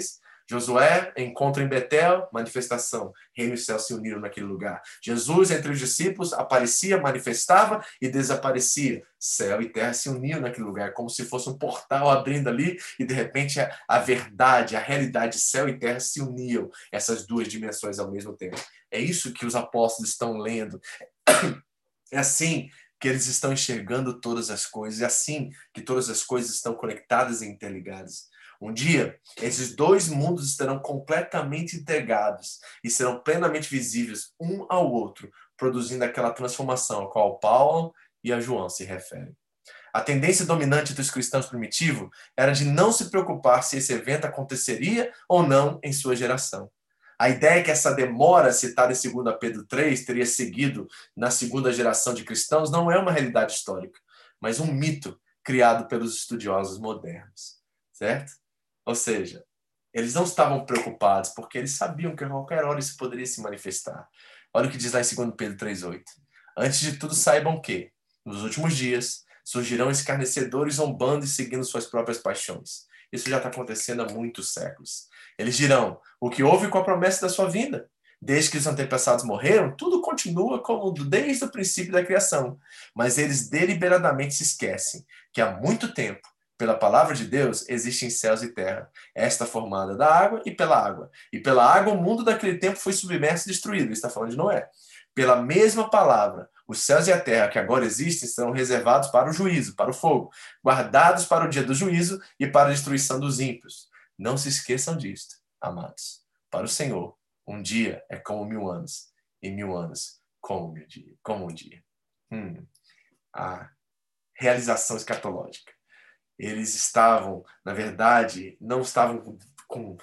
Josué, encontro em Betel, manifestação. Reino e céu se uniram naquele lugar. Jesus, entre os discípulos, aparecia, manifestava e desaparecia. Céu e terra se uniam naquele lugar, como se fosse um portal abrindo ali e, de repente, a, a verdade, a realidade, céu e terra se uniam, essas duas dimensões ao mesmo tempo. É isso que os apóstolos estão lendo. É assim que eles estão enxergando todas as coisas. É assim que todas as coisas estão conectadas e interligadas. Um dia, esses dois mundos estarão completamente integrados e serão plenamente visíveis um ao outro, produzindo aquela transformação a qual Paulo e a João se referem. A tendência dominante dos cristãos primitivos era de não se preocupar se esse evento aconteceria ou não em sua geração. A ideia que essa demora citada em dois Pedro três teria seguido na segunda geração de cristãos não é uma realidade histórica, mas um mito criado pelos estudiosos modernos, certo? Ou seja, eles não estavam preocupados porque eles sabiam que a qualquer hora isso poderia se manifestar. Olha o que diz lá em dois Pedro três oito. Antes de tudo, saibam que, nos últimos dias, surgirão escarnecedores zombando e seguindo suas próprias paixões. Isso já está acontecendo há muitos séculos. Eles dirão, o que houve com a promessa da sua vinda? Desde que os antepassados morreram, tudo continua como desde o princípio da criação. Mas eles deliberadamente se esquecem que há muito tempo, pela palavra de Deus, existem céus e terra, esta formada da água e pela água. E pela água o mundo daquele tempo foi submerso e destruído. Ele está falando de Noé. Pela mesma palavra, os céus e a terra que agora existem serão reservados para o juízo, para o fogo, guardados para o dia do juízo e para a destruição dos ímpios. Não se esqueçam disto, amados. Para o Senhor, um dia é como mil anos, e mil anos como um dia. Como um dia. Hum. A realização escatológica. Eles estavam, na verdade, não estavam com, com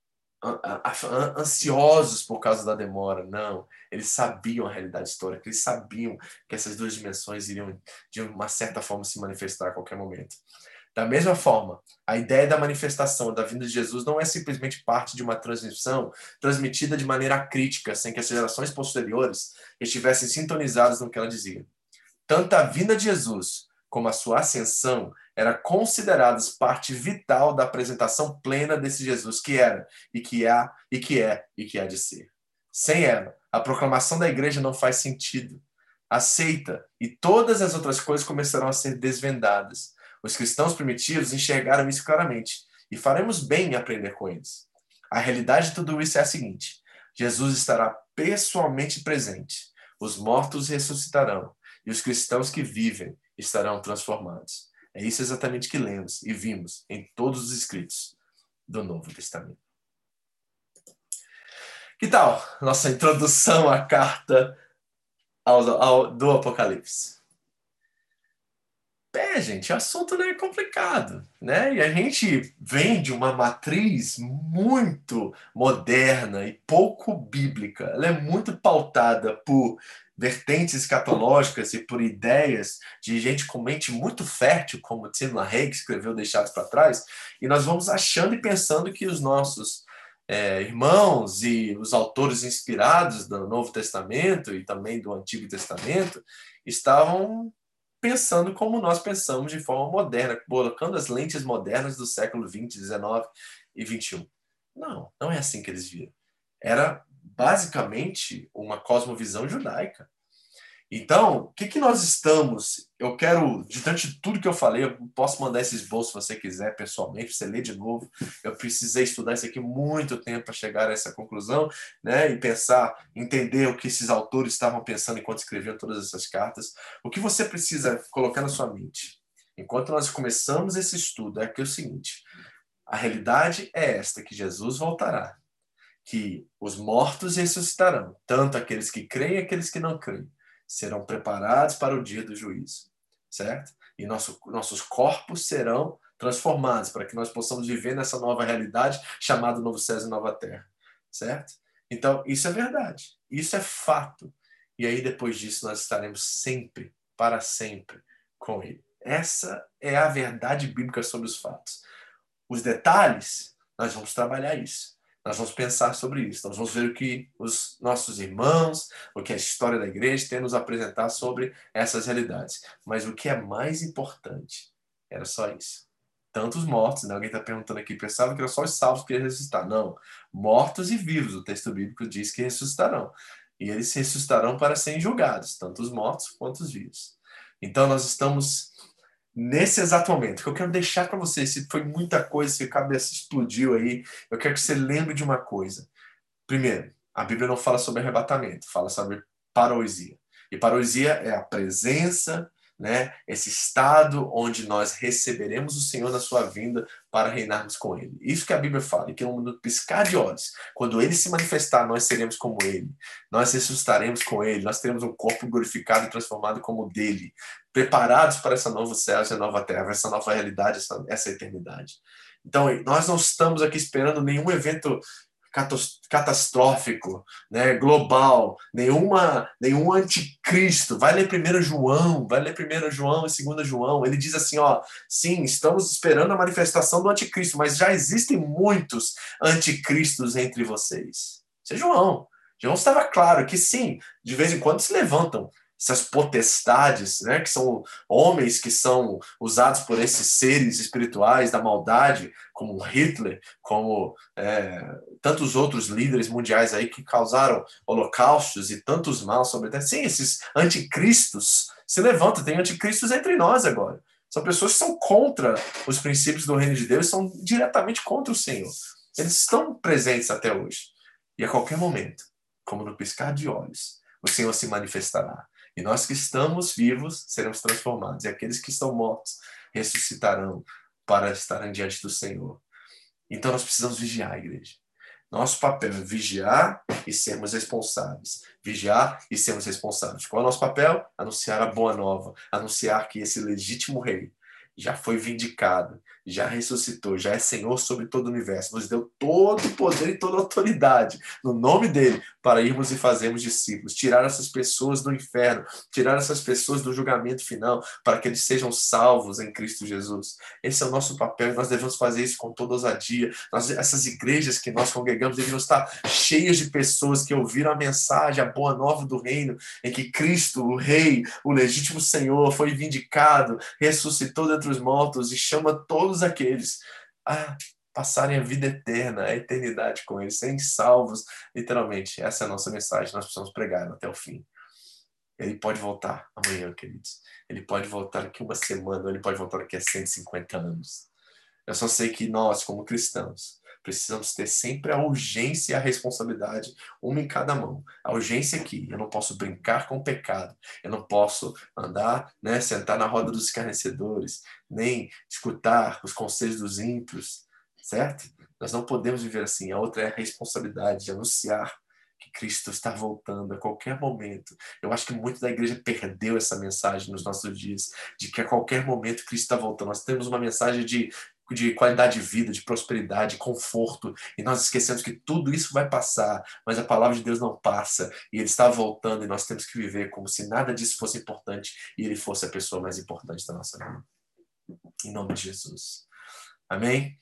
ansiosos por causa da demora, não. Eles sabiam a realidade histórica, eles sabiam que essas duas dimensões iriam, de uma certa forma, se manifestar a qualquer momento. Da mesma forma, a ideia da manifestação da vinda de Jesus não é simplesmente parte de uma transmissão transmitida de maneira crítica, sem que as gerações posteriores estivessem sintonizadas no que ela dizia. Tanto a vinda de Jesus como a sua ascensão eram consideradas parte vital da apresentação plena desse Jesus que era, e que há, e que é, e que há de ser. Sem ela, a proclamação da igreja não faz sentido. Aceita, e todas as outras coisas começarão a ser desvendadas. Os cristãos primitivos enxergaram isso claramente, e faremos bem em aprender com eles. A realidade de tudo isso é a seguinte: Jesus estará pessoalmente presente, os mortos ressuscitarão, e os cristãos que vivem estarão transformados. É isso exatamente que lemos e vimos em todos os escritos do Novo Testamento. Que tal nossa introdução à carta ao, ao, do Apocalipse? É, gente, o assunto não é complicado, né? E a gente vem de uma matriz muito moderna e pouco bíblica. Ela é muito pautada por vertentes escatológicas e por ideias de gente com mente muito fértil, como Tim LaHaye, que escreveu Deixados para Trás, e nós vamos achando e pensando que os nossos é, irmãos e os autores inspirados do Novo Testamento e também do Antigo Testamento estavam pensando como nós pensamos de forma moderna, colocando as lentes modernas do século vinte, dezenove e vinte e um. Não, não é assim que eles viram. Era basicamente uma cosmovisão judaica. Então, o que, que nós estamos... Eu quero, diante de tudo que eu falei, eu posso mandar esse esboço se você quiser, pessoalmente, você ler de novo. Eu precisei estudar isso aqui muito tempo para chegar a essa conclusão, né? E pensar, entender o que esses autores estavam pensando enquanto escreviam todas essas cartas. O que você precisa colocar na sua mente, enquanto nós começamos esse estudo, é que é o seguinte: a realidade é esta, que Jesus voltará, que os mortos ressuscitarão, tanto aqueles que creem e aqueles que não creem, serão preparados para o dia do juízo, certo? E nosso, nossos corpos serão transformados para que nós possamos viver nessa nova realidade chamada Novo Céu e Nova Terra, certo? Então, isso é verdade, isso é fato. E aí, depois disso, nós estaremos sempre, para sempre, com Ele. Essa é a verdade bíblica sobre os fatos. Os detalhes, nós vamos trabalhar isso. Nós vamos pensar sobre isso. Nós vamos ver o que os nossos irmãos, o que a história da igreja tem a nos apresentar sobre essas realidades. Mas o que é mais importante era só isso. tantos mortos, né? Alguém está perguntando aqui, pensava que era só os salvos que iam ressuscitar. Não, mortos e vivos, o texto bíblico diz que ressuscitarão. E eles ressuscitarão para serem julgados, tanto os mortos quanto os vivos. Então nós estamos nesse exato momento, que eu quero deixar para vocês, se foi muita coisa, se a cabeça explodiu aí, eu quero que você lembre de uma coisa. Primeiro, a Bíblia não fala sobre arrebatamento, fala sobre parousia. E parousia é a presença, né, esse estado onde nós receberemos o Senhor na sua vinda para reinarmos com Ele. Isso que a Bíblia fala, e que no piscar de olhos, quando Ele se manifestar, nós seremos como Ele, nós ressuscitaremos com Ele, nós teremos um corpo glorificado e transformado como o dele, preparados para essa nova céu, essa nova terra, essa nova realidade, essa, essa eternidade. Então, nós não estamos aqui esperando nenhum evento catastrófico, né, global, nenhuma, nenhum anticristo. Vai ler primeiro João, vai ler primeiro João e segundo João. Ele diz assim, ó, sim, estamos esperando a manifestação do anticristo, mas já existem muitos anticristos entre vocês. Isso é João. João estava claro que sim, de vez em quando se levantam essas potestades, né, que são homens que são usados por esses seres espirituais da maldade, como Hitler, como é, tantos outros líderes mundiais aí que causaram holocaustos e tantos males sobre a terra. Sim, esses anticristos se levantam, tem anticristos entre nós agora. São pessoas que são contra os princípios do reino de Deus, são diretamente contra o Senhor. Eles estão presentes até hoje. E a qualquer momento, como no piscar de olhos, o Senhor se manifestará. E nós que estamos vivos seremos transformados. E aqueles que estão mortos ressuscitarão para estarem diante do Senhor. Então nós precisamos vigiar, igreja. Nosso papel é vigiar e sermos responsáveis. Vigiar e sermos responsáveis. Qual é o nosso papel? Anunciar a boa nova. Anunciar que esse legítimo rei já foi vindicado, já ressuscitou, já é Senhor sobre todo o universo, nos deu todo o poder e toda a autoridade, no nome dele, para irmos e fazermos discípulos, tirar essas pessoas do inferno, tirar essas pessoas do julgamento final, para que eles sejam salvos em Cristo Jesus. Esse é o nosso papel e nós devemos fazer isso com toda ousadia. Nós, essas igrejas que nós congregamos deveriam estar cheias de pessoas que ouviram a mensagem, a boa nova do reino, em que Cristo, o Rei, o legítimo Senhor, foi vindicado, ressuscitou dentre os mortos e chama todos aqueles a passarem a vida eterna, a eternidade com Ele, serem salvos, literalmente. Essa é a nossa mensagem, nós precisamos pregar até o fim. Ele pode voltar amanhã, queridos. Ele pode voltar daqui uma semana, ele pode voltar daqui a cento e cinquenta anos. Eu só sei que nós, como cristãos, precisamos ter sempre a urgência e a responsabilidade, uma em cada mão. A urgência aqui, eu não posso brincar com o pecado, eu não posso andar, né, sentar na roda dos escarnecedores, nem escutar os conselhos dos ímpios, certo? Nós não podemos viver assim. A outra é a responsabilidade de anunciar que Cristo está voltando a qualquer momento. Eu acho que muito da igreja perdeu essa mensagem nos nossos dias, de que a qualquer momento Cristo está voltando. Nós temos uma mensagem de de qualidade de vida, de prosperidade, conforto, e nós esquecemos que tudo isso vai passar, mas a palavra de Deus não passa, e Ele está voltando, e nós temos que viver como se nada disso fosse importante, e Ele fosse a pessoa mais importante da nossa vida. Em nome de Jesus. Amém?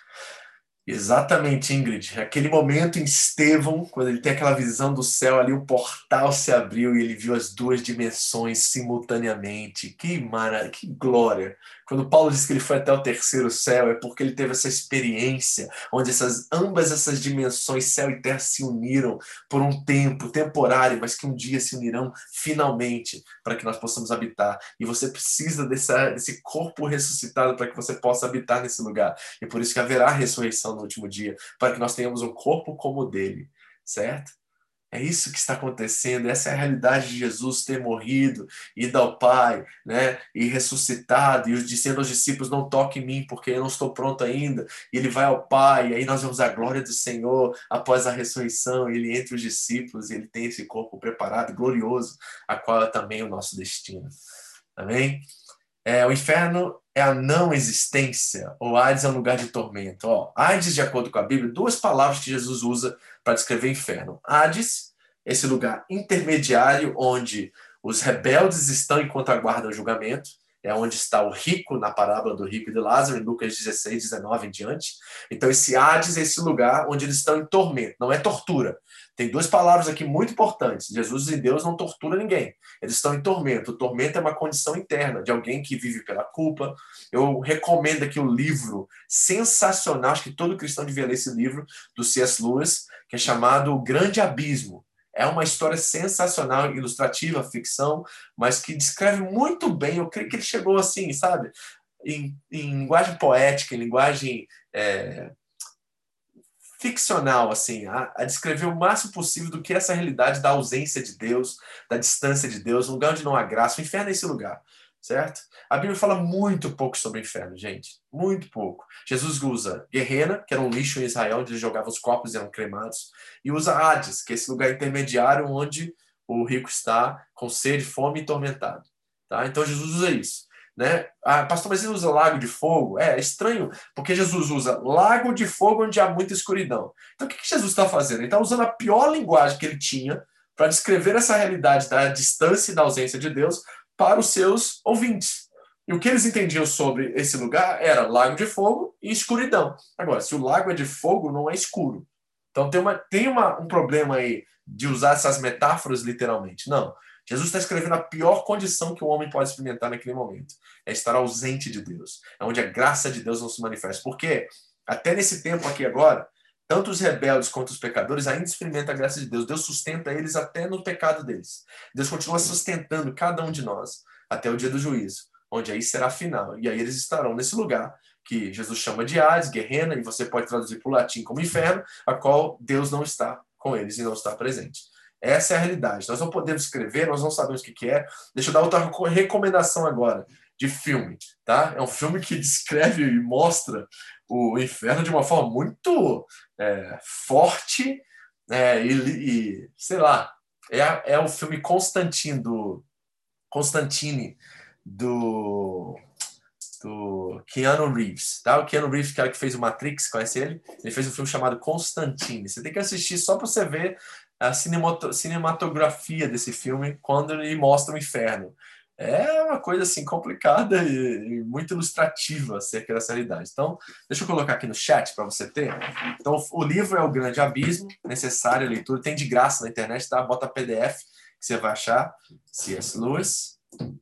Exatamente, Ingrid. Aquele momento em Estevão, quando ele tem aquela visão do céu ali, o portal se abriu e ele viu as duas dimensões simultaneamente. Que maravilha, que glória. Quando Paulo diz que ele foi até o terceiro céu, é porque ele teve essa experiência, onde essas, ambas essas dimensões, céu e terra, se uniram por um tempo temporário, mas que um dia se unirão finalmente para que nós possamos habitar. E você precisa dessa, desse corpo ressuscitado para que você possa habitar nesse lugar. E por isso que haverá ressurreição no último dia, para que nós tenhamos um corpo como o dele, certo? É isso que está acontecendo, essa é a realidade de Jesus ter morrido, ido ao Pai, né, e ressuscitado, e dizendo aos discípulos, não toque em mim, porque eu não estou pronto ainda, e ele vai ao Pai, e aí nós vemos a glória do Senhor após a ressurreição, ele entre os discípulos, e ele tem esse corpo preparado, glorioso, a qual é também o nosso destino. Amém? É, o inferno é a não existência, ou Hades é um lugar de tormento. Ó, Hades, de acordo com a Bíblia, duas palavras que Jesus usa para descrever inferno. Hades, esse lugar intermediário onde os rebeldes estão enquanto aguardam o julgamento, é onde está o rico, na parábola do rico e de Lázaro, em Lucas dezesseis, dezenove em diante. Então esse Hades é esse lugar onde eles estão em tormento, não é tortura. Tem duas palavras aqui muito importantes. Jesus e Deus não torturam ninguém. Eles estão em tormento. O tormento é uma condição interna de alguém que vive pela culpa. Eu recomendo aqui o livro sensacional, acho que todo cristão devia ler esse livro, do C S. Lewis, que é chamado O Grande Abismo. É uma história sensacional, ilustrativa, ficção, mas que descreve muito bem. Eu creio que ele chegou assim, sabe? Em, em linguagem poética, em linguagem... É, ficcional, assim, a, a descrever o máximo possível do que essa realidade da ausência de Deus, da distância de Deus, um lugar onde não há graça. O inferno é esse lugar, certo? A Bíblia fala muito pouco sobre o inferno, gente. Muito pouco. Jesus usa Guerrena, que era um lixo em Israel, onde eles jogavam os corpos e eram cremados, e usa Hades, que é esse lugar intermediário onde o rico está com sede, fome e tormentado. Tá? Então Jesus usa isso. Né? Ah, pastor, mas ele usa lago de fogo? É, é estranho, porque Jesus usa lago de fogo onde há muita escuridão. Então o que, que Jesus está fazendo? Ele está usando a pior linguagem que ele tinha para descrever essa realidade da distância e da ausência de Deus para os seus ouvintes. E o que eles entendiam sobre esse lugar era lago de fogo e escuridão. Agora, se o lago é de fogo, não é escuro. Então tem, uma, tem uma, um problema aí de usar essas metáforas literalmente. Não. Jesus está escrevendo a pior condição que o homem pode experimentar naquele momento. É estar ausente de Deus. É onde a graça de Deus não se manifesta. Porque até nesse tempo aqui agora, tanto os rebeldes quanto os pecadores ainda experimentam a graça de Deus. Deus sustenta eles até no pecado deles. Deus continua sustentando cada um de nós até o dia do juízo, onde aí será a final. E aí eles estarão nesse lugar que Jesus chama de Hades, Guerrena, e você pode traduzir para o latim como inferno, a qual Deus não está com eles e não está presente. Essa é a realidade. Nós não podemos escrever, nós não sabemos o que, que é. Deixa eu dar outra recomendação agora de filme. Tá? É um filme que descreve e mostra o inferno de uma forma muito é, forte é, e, e, sei lá, é, é o filme Constantine, do Constantine, do, do Keanu Reeves. Tá? O Keanu Reeves, que é o que fez o Matrix, conhece ele? Ele fez um filme chamado Constantine. Você tem que assistir só para você ver a cinematografia desse filme quando ele mostra o inferno. É uma coisa assim complicada e, e muito ilustrativa acerca dessa realidade. Então, deixa eu colocar aqui no chat para você ter. Então, o livro é O Grande Abismo, necessária leitura, tem de graça na internet, tá? Bota P D F que você vai achar. C S. Lewis.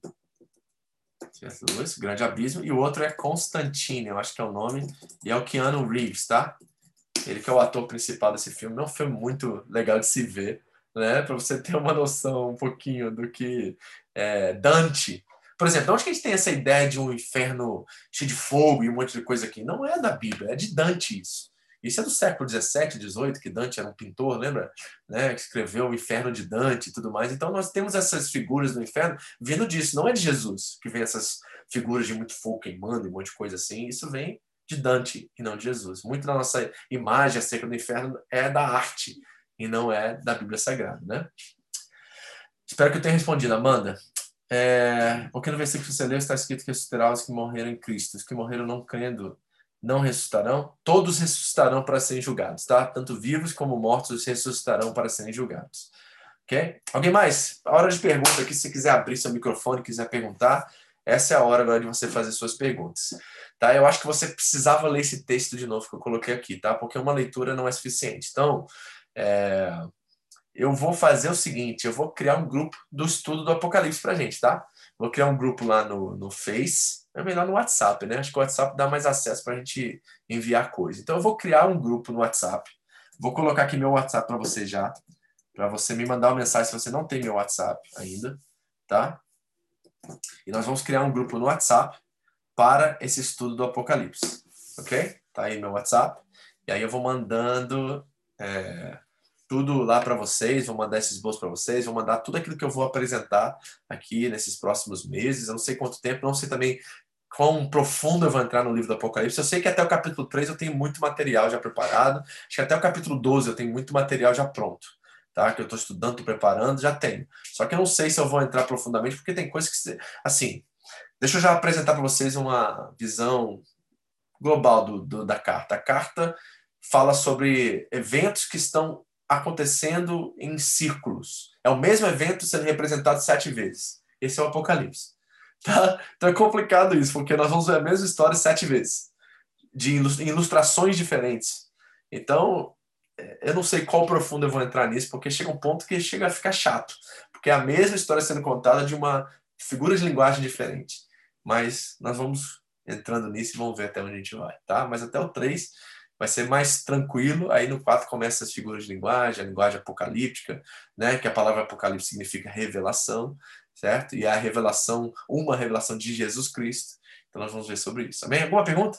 C S. Lewis, Grande Abismo. E o outro é Constantine, eu acho que é o nome. E é o Keanu Reeves, tá? Ele que é o ator principal desse filme. É um filme muito legal de se ver, né? Para você ter uma noção um pouquinho do que é Dante. Por exemplo, de onde que a gente tem essa ideia de um inferno cheio de fogo e um monte de coisa aqui? Não é da Bíblia, é de Dante isso. Isso é do século dezessete, dezoito, que Dante era um pintor, lembra? Né? Que escreveu o Inferno de Dante e tudo mais. Então nós temos essas figuras do inferno vindo disso. Não é de Jesus que vem essas figuras de muito fogo queimando e um monte de coisa assim. Isso vem de Dante e não de Jesus. Muito da nossa imagem acerca do inferno é da arte e não é da Bíblia Sagrada, né? Espero que eu tenha respondido, Amanda. É, porque no versículo que você leu está escrito que ressuscitará os que morreram em Cristo. Os que morreram não crendo não ressuscitarão. Todos ressuscitarão para serem julgados, tá? Tanto vivos como mortos ressuscitarão para serem julgados. Ok? Alguém mais? A hora de pergunta aqui, se você quiser abrir seu microfone, quiser perguntar, essa é a hora agora de você fazer suas perguntas. Tá? Eu acho que você precisava ler esse texto de novo que eu coloquei aqui, tá? Porque uma leitura não é suficiente. Então, é... eu vou fazer o seguinte, eu vou criar um grupo do estudo do Apocalipse pra gente, tá? Vou criar um grupo lá no, no Face, é melhor no WhatsApp, né? Acho que o WhatsApp dá mais acesso pra gente enviar coisa. Então, eu vou criar um grupo no WhatsApp, vou colocar aqui meu WhatsApp para você já, para você me mandar uma mensagem se você não tem meu WhatsApp ainda, tá? E nós vamos criar um grupo no WhatsApp para esse estudo do Apocalipse, ok? Tá aí meu WhatsApp. E aí eu vou mandando é, tudo lá para vocês, vou mandar esses bolsos para vocês, vou mandar tudo aquilo que eu vou apresentar aqui nesses próximos meses. Eu não sei quanto tempo, não sei também quão profundo eu vou entrar no livro do Apocalipse. Eu sei que até o capítulo três eu tenho muito material já preparado. Acho que até o capítulo doze eu tenho muito material já pronto. Tá? Que eu estou estudando, estou preparando, já tenho. Só que eu não sei se eu vou entrar profundamente, porque tem coisas que... Assim, deixa eu já apresentar para vocês uma visão global do, do, da carta. A carta fala sobre eventos que estão acontecendo em círculos. É o mesmo evento sendo representado sete vezes. Esse é o Apocalipse. Tá? Então é complicado isso, porque nós vamos ver a mesma história sete vezes, de ilustrações diferentes. Então, eu não sei qual profundo eu vou entrar nisso, porque chega um ponto que chega a ficar chato. Porque é a mesma história sendo contada de uma figura de linguagem diferente. Mas nós vamos entrando nisso e vamos ver até onde a gente vai, tá? Mas até o três vai ser mais tranquilo. Aí no quatro começa as figuras de linguagem, a linguagem apocalíptica, né? Que a palavra apocalipse significa revelação, certo? E a revelação, uma revelação de Jesus Cristo. Então nós vamos ver sobre isso. Amém? Alguma pergunta?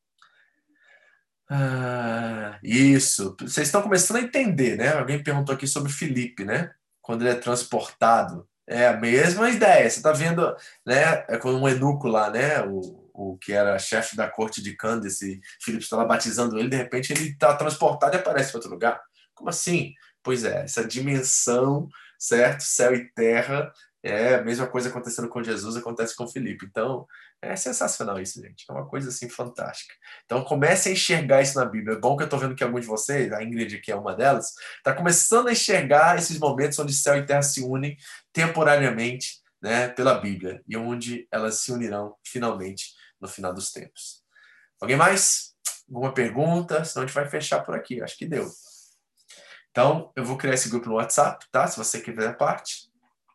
Ah, isso. Vocês estão começando a entender, né? Alguém perguntou aqui sobre Filipe, né? Quando ele é transportado. É a mesma ideia. Você está vendo, né? É com um eunuco lá, né? O, o que era chefe da corte de Cândice, Filipe está lá batizando ele, de repente ele está transportado e aparece em outro lugar. Como assim? Pois é, essa dimensão, certo? Céu e terra. É a mesma coisa acontecendo com Jesus, acontece com Filipe. Então, é sensacional isso, gente. É uma coisa assim fantástica. Então comece a enxergar isso na Bíblia. É bom que eu estou vendo que alguns de vocês, a Ingrid aqui é uma delas, está começando a enxergar esses momentos onde céu e terra se unem temporariamente, né, pela Bíblia, e onde elas se unirão finalmente no final dos tempos. Alguém mais? Alguma pergunta? Senão a gente vai fechar por aqui. Acho que deu. Então, eu vou criar esse grupo no WhatsApp, tá? Se você quiser a parte.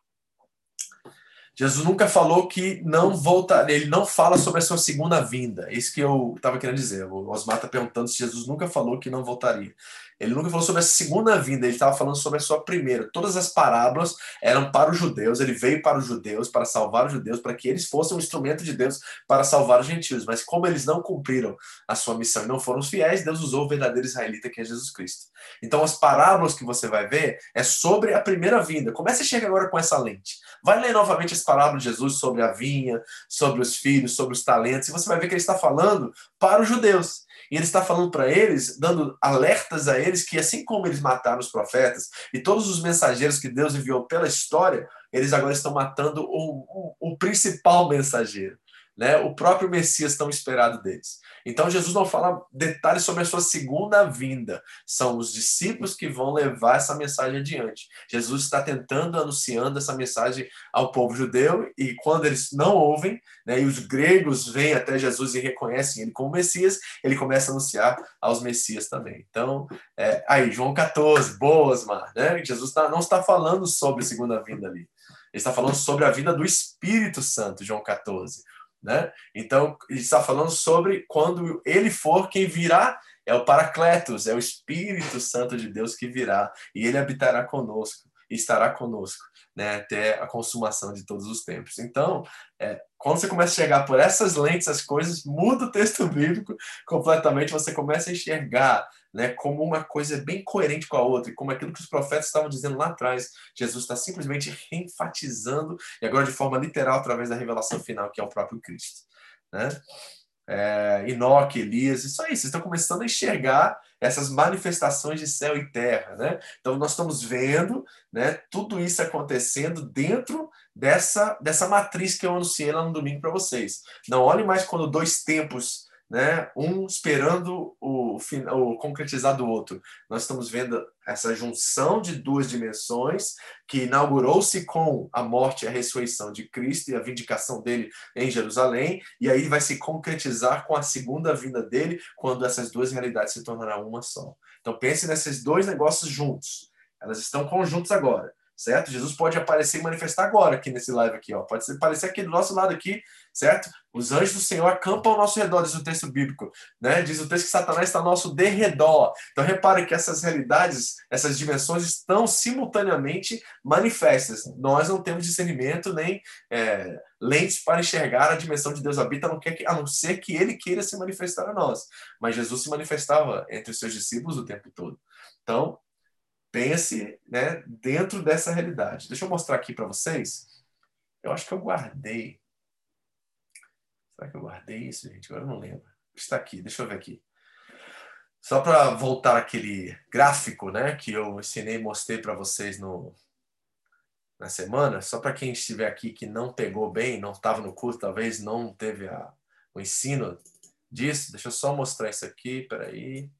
Jesus nunca falou que não voltaria, ele não fala sobre a sua segunda vinda. É isso que eu estava querendo dizer. O Osmar está perguntando se Jesus nunca falou que não voltaria. Ele nunca falou sobre a segunda vinda, ele estava falando sobre a sua primeira. Todas as parábolas eram para os judeus, ele veio para os judeus, para salvar os judeus, para que eles fossem um instrumento de Deus para salvar os gentios. Mas como eles não cumpriram a sua missão e não foram os fiéis, Deus usou o verdadeiro israelita, que é Jesus Cristo. Então as parábolas que você vai ver é sobre a primeira vinda. Comece a chegar agora com essa lente. Vai ler novamente as parábolas de Jesus sobre a vinha, sobre os filhos, sobre os talentos, e você vai ver que ele está falando para os judeus. E ele está falando para eles, dando alertas a eles que assim como eles mataram os profetas e todos os mensageiros que Deus enviou pela história, eles agora estão matando o, o, o principal mensageiro, né? O próprio Messias tão esperado deles. Então Jesus não fala detalhes sobre a sua segunda vinda. São os discípulos que vão levar essa mensagem adiante. Jesus está tentando, anunciando essa mensagem ao povo judeu, e quando eles não ouvem, né, e os gregos vêm até Jesus e reconhecem ele como Messias, ele começa a anunciar aos Messias também. Então, é, aí, João quatorze, boas, Mar, né? Jesus tá, não está falando sobre a segunda vinda ali. Ele está falando sobre a vinda do Espírito Santo, João quatorze. Né? Então, ele está falando sobre quando ele for, quem virá é o Paracletos, é o Espírito Santo de Deus que virá, e ele habitará conosco, e estará conosco, né, até a consumação de todos os tempos. Então, é, quando você começa a chegar por essas lentes, as coisas, muda o texto bíblico completamente, você começa a enxergar, né, como uma coisa bem coerente com a outra, e como aquilo que os profetas estavam dizendo lá atrás, Jesus está simplesmente reenfatizando, e agora de forma literal, através da revelação final, que é o próprio Cristo. Né? É, Enoque, Elias, isso aí, vocês estão começando a enxergar essas manifestações de céu e terra, né? Então nós estamos vendo, né, tudo isso acontecendo dentro dessa, dessa matriz que eu anunciei lá no domingo para vocês. Não olhe mais quando dois tempos, né, um esperando o, o concretizar do outro. Nós estamos vendo essa junção de duas dimensões que inaugurou-se com a morte e a ressurreição de Cristo e a vindicação dele em Jerusalém, e aí vai se concretizar com a segunda vinda dele, quando essas duas realidades se tornarão uma só. Então pense nesses dois negócios juntos. Elas estão conjuntos agora, certo? Jesus pode aparecer e manifestar agora aqui nesse live aqui, ó. Pode aparecer aqui do nosso lado aqui, certo? Os anjos do Senhor acampam ao nosso redor, diz o texto bíblico, né? Diz o texto que Satanás está ao nosso derredor. Então repare que essas realidades, essas dimensões estão simultaneamente manifestas. Nós não temos discernimento nem é, lentes para enxergar a dimensão de Deus habita, a não ser que ele queira se manifestar a nós. Mas Jesus se manifestava entre os seus discípulos o tempo todo. Então, pense, né, dentro dessa realidade. Deixa eu mostrar aqui para vocês. Eu acho que eu guardei. Será que eu guardei isso, gente? Agora eu não lembro. Está aqui, deixa eu ver aqui. Só para voltar aquele gráfico, né, que eu ensinei e mostrei para vocês no, na semana, só para quem estiver aqui que não pegou bem, não estava no curso, talvez não teve a, o ensino disso. Deixa eu só mostrar isso aqui, peraí.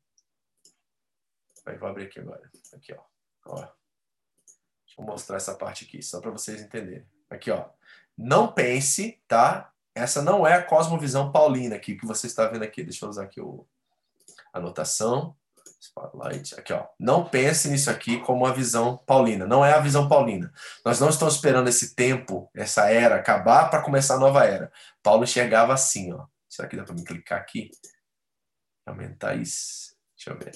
Vai, vou abrir aqui agora. Aqui, ó. ó. Deixa eu mostrar essa parte aqui, só para vocês entenderem. Aqui, ó. Não pense, tá? Essa não é a cosmovisão paulina aqui que você está vendo aqui. Deixa eu usar aqui o, a anotação. Spotlight. Aqui, ó. Não pense nisso aqui como uma visão paulina. Não é a visão paulina. Nós não estamos esperando esse tempo, essa era acabar para começar a nova era. Paulo enxergava assim, ó. Será que dá para me clicar aqui? Aumentar isso. Deixa eu ver.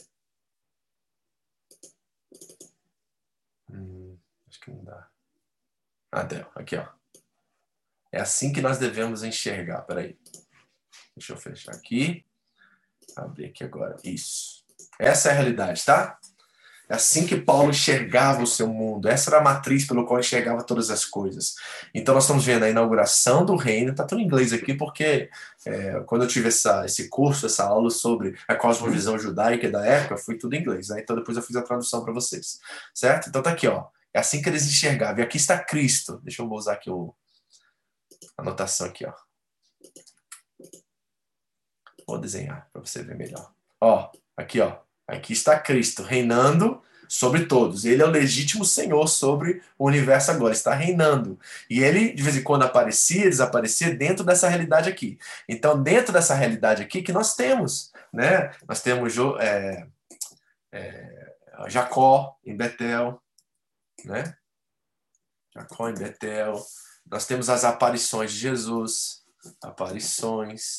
Hum, acho que não dá. Ah, deu. Aqui, ó. É assim que nós devemos enxergar. Peraí. Deixa eu fechar aqui. Abrir aqui agora. Isso. Essa é a realidade, tá? É assim que Paulo enxergava o seu mundo. Essa era a matriz pelo qual enxergava todas as coisas. Então nós estamos vendo a inauguração do reino. Está tudo em inglês aqui porque é, quando eu tive essa, esse curso, essa aula sobre a cosmovisão judaica da época, foi tudo em inglês. Né? Então depois eu fiz a tradução para vocês. Certo? Então tá aqui, ó. É assim que eles enxergavam. E aqui está Cristo. Deixa eu usar aqui o, a anotação aqui, ó. Vou desenhar para você ver melhor. Ó, aqui, ó. Aqui está Cristo reinando sobre todos. Ele é o legítimo Senhor sobre o universo agora. Está reinando. E ele, de vez em quando, aparecia, desaparecia dentro dessa realidade aqui. Então, dentro dessa realidade aqui que nós temos, né? Nós temos é, é, Jacó em Betel, né? Jacó em Betel. Nós temos as aparições de Jesus. Aparições.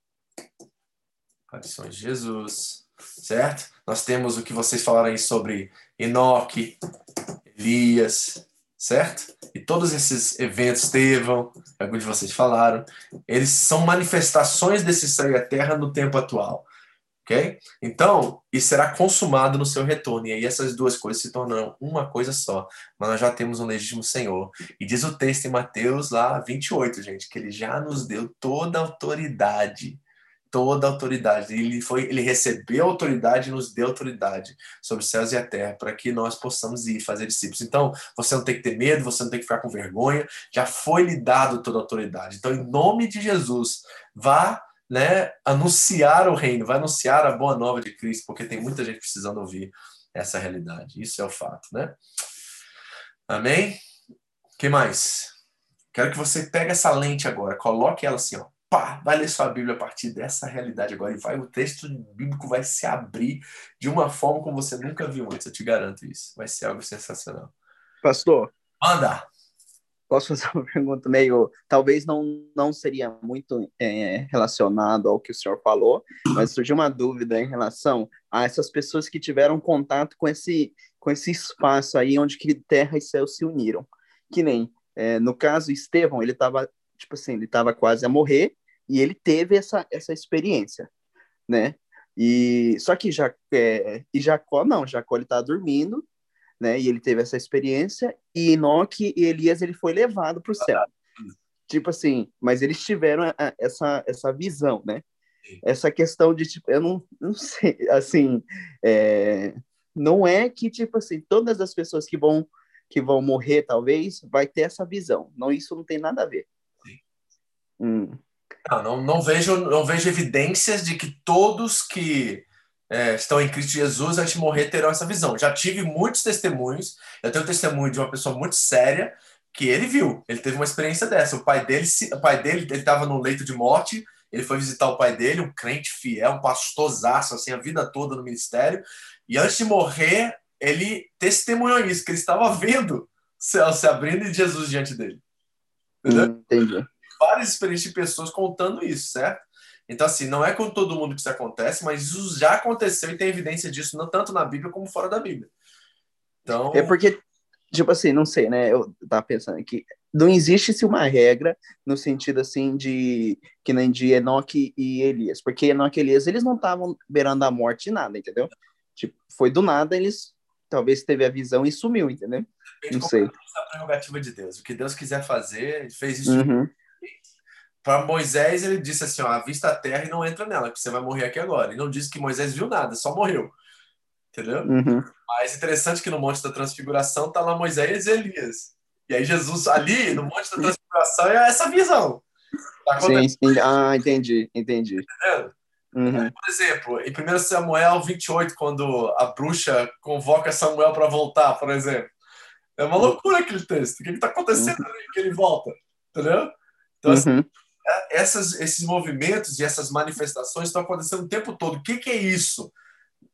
Aparições de Jesus, certo? Nós temos o que vocês falaram aí sobre Enoque, Elias, certo? E todos esses eventos, Estevão, alguns de vocês falaram, eles são manifestações desse céu e a terra no tempo atual, ok? Então, isso será consumado no seu retorno, e aí essas duas coisas se tornarão uma coisa só, mas nós já temos um legítimo Senhor. E diz o texto em Mateus lá vinte e oito, gente, que ele já nos deu toda a autoridade, toda a autoridade. Ele, foi, ele recebeu a autoridade e nos deu autoridade sobre os céus e a terra para que nós possamos ir fazer discípulos. Então, você não tem que ter medo, você não tem que ficar com vergonha, já foi lhe dado toda a autoridade. Então, em nome de Jesus, vá, né, anunciar o reino, vai anunciar a boa nova de Cristo, porque tem muita gente precisando ouvir essa realidade. Isso é o fato, né? Amém? O que mais? Quero que você pegue essa lente agora, coloque ela assim, ó. Pá, vai ler sua Bíblia a partir dessa realidade agora e vai, o texto bíblico vai se abrir de uma forma como você nunca viu antes, eu te garanto isso. Vai ser algo sensacional. Pastor, Manda! posso fazer uma pergunta meio, talvez não, não seria muito é, relacionado ao que o senhor falou, mas surgiu uma dúvida em relação a essas pessoas que tiveram contato com esse, com esse espaço aí onde que terra e céu se uniram. Que nem, é, no caso, Estevão, ele estava, tipo assim, ele estava quase a morrer e ele teve essa, essa experiência, né? E, só que já, é, e Jacó não, Jacó ele está dormindo, né? E ele teve essa experiência, e Enoque e Elias ele foi levado para o céu. Tipo assim, mas eles tiveram a, a, essa, essa visão, né? Essa questão de, tipo, eu não, não sei, assim, é, não é que, tipo assim, todas as pessoas que vão, que vão morrer, talvez, vai ter essa visão. Não, isso não tem nada a ver. Hum. Não, não, não vejo, não vejo evidências de que todos que é, estão em Cristo Jesus antes de morrer terão essa visão. Já tive muitos testemunhos. Eu tenho um testemunho de uma pessoa muito séria que ele viu. Ele teve uma experiência dessa. O pai dele, o pai dele, ele estava no leito de morte. Ele foi visitar o pai dele, um crente fiel, um pastorzaço, assim, a vida toda no ministério. E antes de morrer, ele testemunhou isso, que ele estava vendo o céu se abrindo e Jesus diante dele. Entendeu? Hum, entendi. Várias experiências de pessoas contando isso, certo? Então, assim, não é com todo mundo que isso acontece, mas isso já aconteceu e tem evidência disso, não tanto na Bíblia como fora da Bíblia. É Então, porque, tipo assim, não sei, né? Eu tava pensando aqui, não existe-se uma regra no sentido assim de que nem de Enoque e Elias, porque Enoque e Elias eles não estavam beirando a morte de nada, entendeu? Tipo, foi do nada, eles talvez teve a visão e sumiu, entendeu? depende Não sei. completamente da prerrogativa de Deus. O que Deus quiser fazer, ele fez isso de Uhum, para Moisés, ele disse assim, ó, avista a terra e não entra nela, porque você vai morrer aqui agora. E não disse que Moisés viu nada, só morreu. Entendeu? uhum. Mas interessante que no Monte da Transfiguração tá lá Moisés e Elias. E aí Jesus ali, no Monte da Transfiguração, é essa visão. Tá Sim, acontecendo, sim. Ah, entendi, entendi. Uhum, por exemplo, em primeiro Samuel vinte e oito, quando a bruxa convoca Samuel para voltar, por exemplo. É uma loucura aquele texto. O que está acontecendo uhum, ali que ele volta? Entendeu? Então, assim, uhum. essas, esses movimentos e essas manifestações estão acontecendo o tempo todo. O que, que é isso?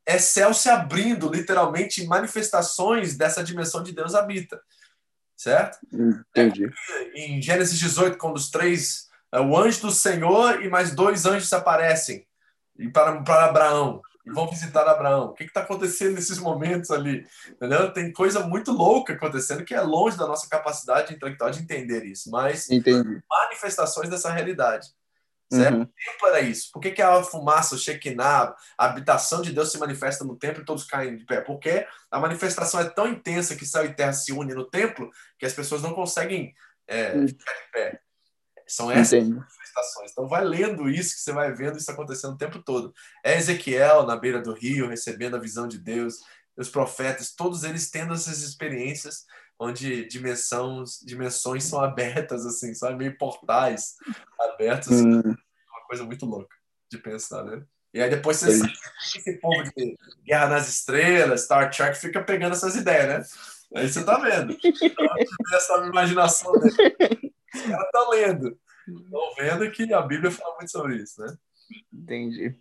é céu se abrindo, literalmente, manifestações dessa dimensão de Deus habita, certo? Entendi. É em Gênesis dezoito, quando os três, é, o anjo do Senhor e mais dois anjos aparecem e para, para Abraão e vão visitar Abraão. O que está acontecendo nesses momentos ali? Entendeu? Tem coisa muito louca acontecendo que é longe da nossa capacidade intelectual de entender isso, mas Entendi. manifestações dessa realidade. Certo? Uhum. O templo era isso. Por que, que a fumaça, o Shekinah, a habitação de Deus se manifesta no templo e todos caem de pé? Porque a manifestação é tão intensa que céu e terra se unem no templo que as pessoas não conseguem é, ficar de pé. São essas Entendi. manifestações. Então vai lendo isso que você vai vendo isso acontecendo o tempo todo. É Ezequiel na beira do rio recebendo a visão de Deus, os profetas, todos eles tendo essas experiências onde dimensões, dimensões são abertas, assim, são meio portais abertos. Hum, Uma coisa muito louca de pensar, né? E aí depois você sabe entendi. que esse povo de Guerra nas Estrelas, Star Trek, fica pegando essas ideias, né? Aí você tá vendo. Essa imaginação dele. Os caras estão lendo. Estão vendo que a Bíblia fala muito sobre isso, né? Entendi.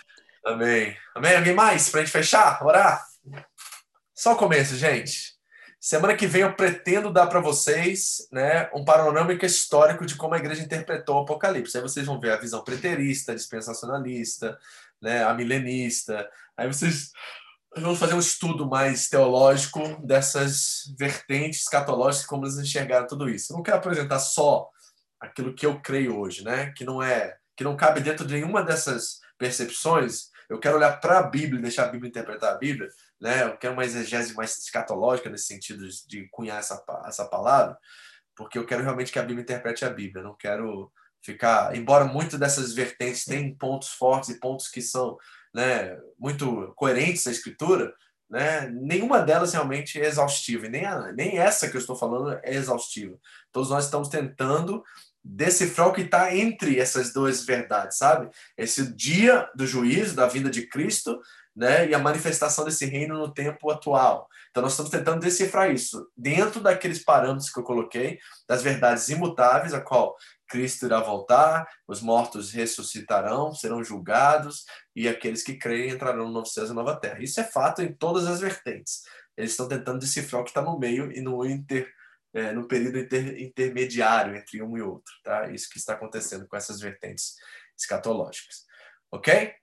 Amém. Amém? Alguém mais? Pra gente fechar? Orar? Só o começo, gente. Semana que vem eu pretendo dar para vocês, né, um panorâmico histórico de como a igreja interpretou o Apocalipse. Aí vocês vão ver a visão preterista, dispensacionalista, né, a milenista. Aí vocês vão fazer um estudo mais teológico dessas vertentes escatológicas, como eles enxergaram tudo isso. Eu não quero apresentar só aquilo que eu creio hoje, né, que não é, que não cabe dentro de nenhuma dessas percepções. Eu quero olhar para a Bíblia e deixar a Bíblia interpretar a Bíblia, né? Eu quero uma exegese mais escatológica nesse sentido de, de cunhar essa, essa palavra, porque eu quero realmente que a Bíblia interprete a Bíblia. Eu não quero ficar, embora muito dessas vertentes tenham pontos fortes e pontos que são, né, muito coerentes à Escritura, né? Nenhuma delas realmente é exaustiva, e nem, a, nem essa que eu estou falando é exaustiva. Todos nós estamos tentando decifrar o que está entre essas duas verdades, sabe? Esse dia do juízo, da vinda de Cristo, né, e a manifestação desse reino no tempo atual. Então, nós estamos tentando decifrar isso dentro daqueles parâmetros que eu coloquei, das verdades imutáveis, a qual Cristo irá voltar, os mortos ressuscitarão, serão julgados, e aqueles que creem entrarão no novo céu e nova terra. Isso é fato em todas as vertentes. Eles estão tentando decifrar o que está no meio e no inter, é, no período inter, intermediário entre um e outro. Tá? Isso que está acontecendo com essas vertentes escatológicas. Ok?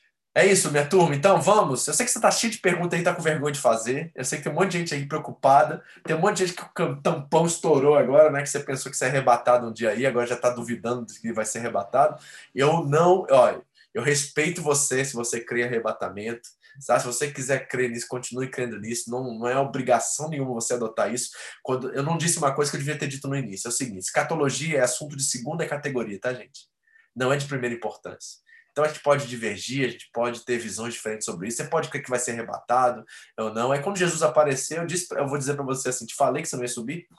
É isso, minha turma. Então, vamos. Eu sei que você está cheio de perguntas aí, está com vergonha de fazer. Eu sei que tem um monte de gente aí preocupada. Tem um monte de gente que o tampão estourou agora, né? Que você pensou que você é arrebatado um dia aí, agora já está duvidando de que vai ser arrebatado. Eu não... Olha, eu respeito você se você crê em arrebatamento. Sabe? Se você quiser crer nisso, continue crendo nisso. Não, não é obrigação nenhuma você adotar isso. Quando, eu não disse uma coisa que eu devia ter dito no início. É o seguinte, escatologia é assunto de segunda categoria, tá, gente? Não é de primeira importância. Então a gente pode divergir, a gente pode ter visões diferentes sobre isso. Você pode crer que vai ser arrebatado ou não. Aí quando Jesus aparecer, eu, disse, eu vou dizer para você assim: te falei que você não ia subir?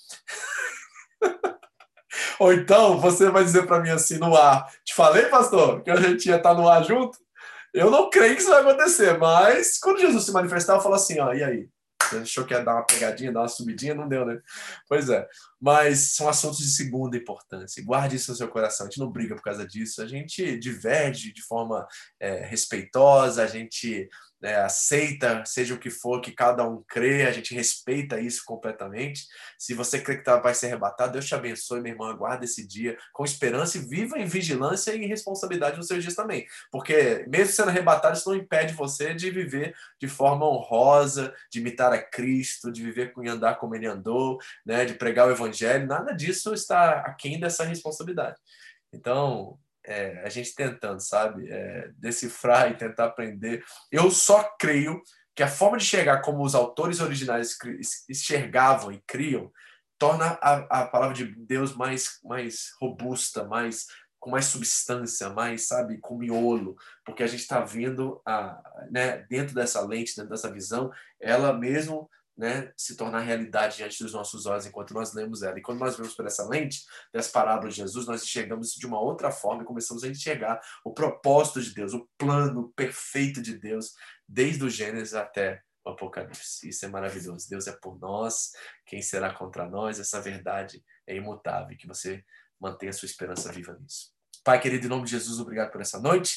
Ou então você vai dizer para mim assim no ar: te falei, pastor, que a gente ia estar no ar junto? Eu não creio que isso vai acontecer, mas quando Jesus se manifestar, eu falo assim: ó, e aí? Você achou que ia dar uma pegadinha, dar uma subidinha? Não deu, né? Pois é. Mas são assuntos de segunda importância. Guarde isso no seu coração. A gente não briga por causa disso. A gente diverge de forma é, respeitosa. A gente é, aceita, seja o que for, que cada um crê. A gente respeita isso completamente. Se você crê que tá, vai ser arrebatado, Deus te abençoe, meu irmão. Aguarde esse dia com esperança e viva em vigilância e responsabilidade nos seus dias também. Porque mesmo sendo arrebatado, isso não impede você de viver de forma honrosa, de imitar a Cristo, de viver e andar como ele andou, né, de pregar o evangelho. Nada disso está aquém dessa responsabilidade. Então, é, a gente tentando, sabe, é, decifrar e tentar aprender. Eu só creio que a forma de enxergar como os autores originais enxergavam e criam torna a, a palavra de Deus mais, mais robusta, mais com mais substância, mais, sabe, com miolo, porque a gente está vendo, a, né, dentro dessa lente, dentro dessa visão, ela mesmo, né, se tornar realidade diante dos nossos olhos enquanto nós lemos ela. E quando nós vemos por essa lente das parábolas de Jesus, nós enxergamos isso de uma outra forma e começamos a enxergar o propósito de Deus, o plano perfeito de Deus, desde o Gênesis até o Apocalipse. Isso é maravilhoso. Deus é por nós, quem será contra nós? Essa verdade é imutável, que você mantenha a sua esperança viva nisso. Pai querido, em nome de Jesus, obrigado por essa noite.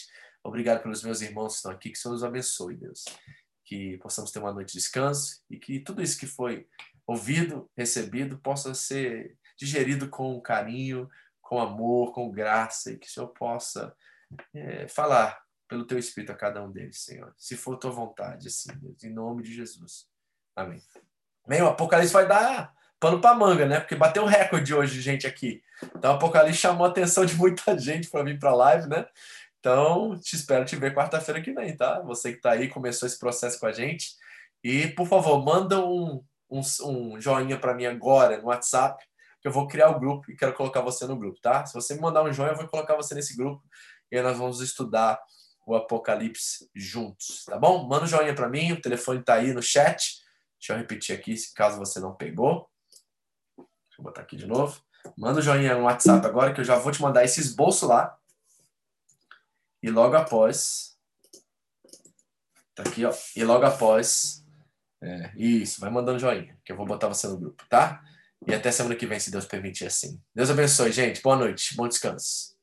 Obrigado pelos meus irmãos que estão aqui, que o Senhor os abençoe, Deus. Que possamos ter uma noite de descanso e que tudo isso que foi ouvido, recebido, possa ser digerido com carinho, com amor, com graça, e que o Senhor possa é, falar pelo teu Espírito a cada um deles, Senhor. Se for tua vontade, assim, Deus, em nome de Jesus. Amém. Bem, o Apocalipse vai dar pano para manga, né? Porque bateu o recorde hoje de gente aqui. Então, o Apocalipse chamou a atenção de muita gente para vir para a live, né? Então, te espero te ver quarta-feira que vem, tá? Você que está aí, começou esse processo com a gente. E, por favor, manda um, um, um joinha para mim agora no WhatsApp, que eu vou criar o grupo e quero colocar você no grupo, tá? Se você me mandar um joinha, eu vou colocar você nesse grupo e aí nós vamos estudar o Apocalipse juntos, tá bom? Manda um joinha para mim, o telefone está aí no chat. Deixa eu repetir aqui, caso você não pegou. Deixa eu botar aqui de novo. Manda um joinha no WhatsApp agora, que eu já vou te mandar esse esboço lá. E logo após... Tá aqui, ó. E logo após... É, isso, vai mandando joinha, que eu vou botar você no grupo, tá? E até semana que vem, se Deus permitir assim. Deus abençoe, gente. Boa noite, bom descanso.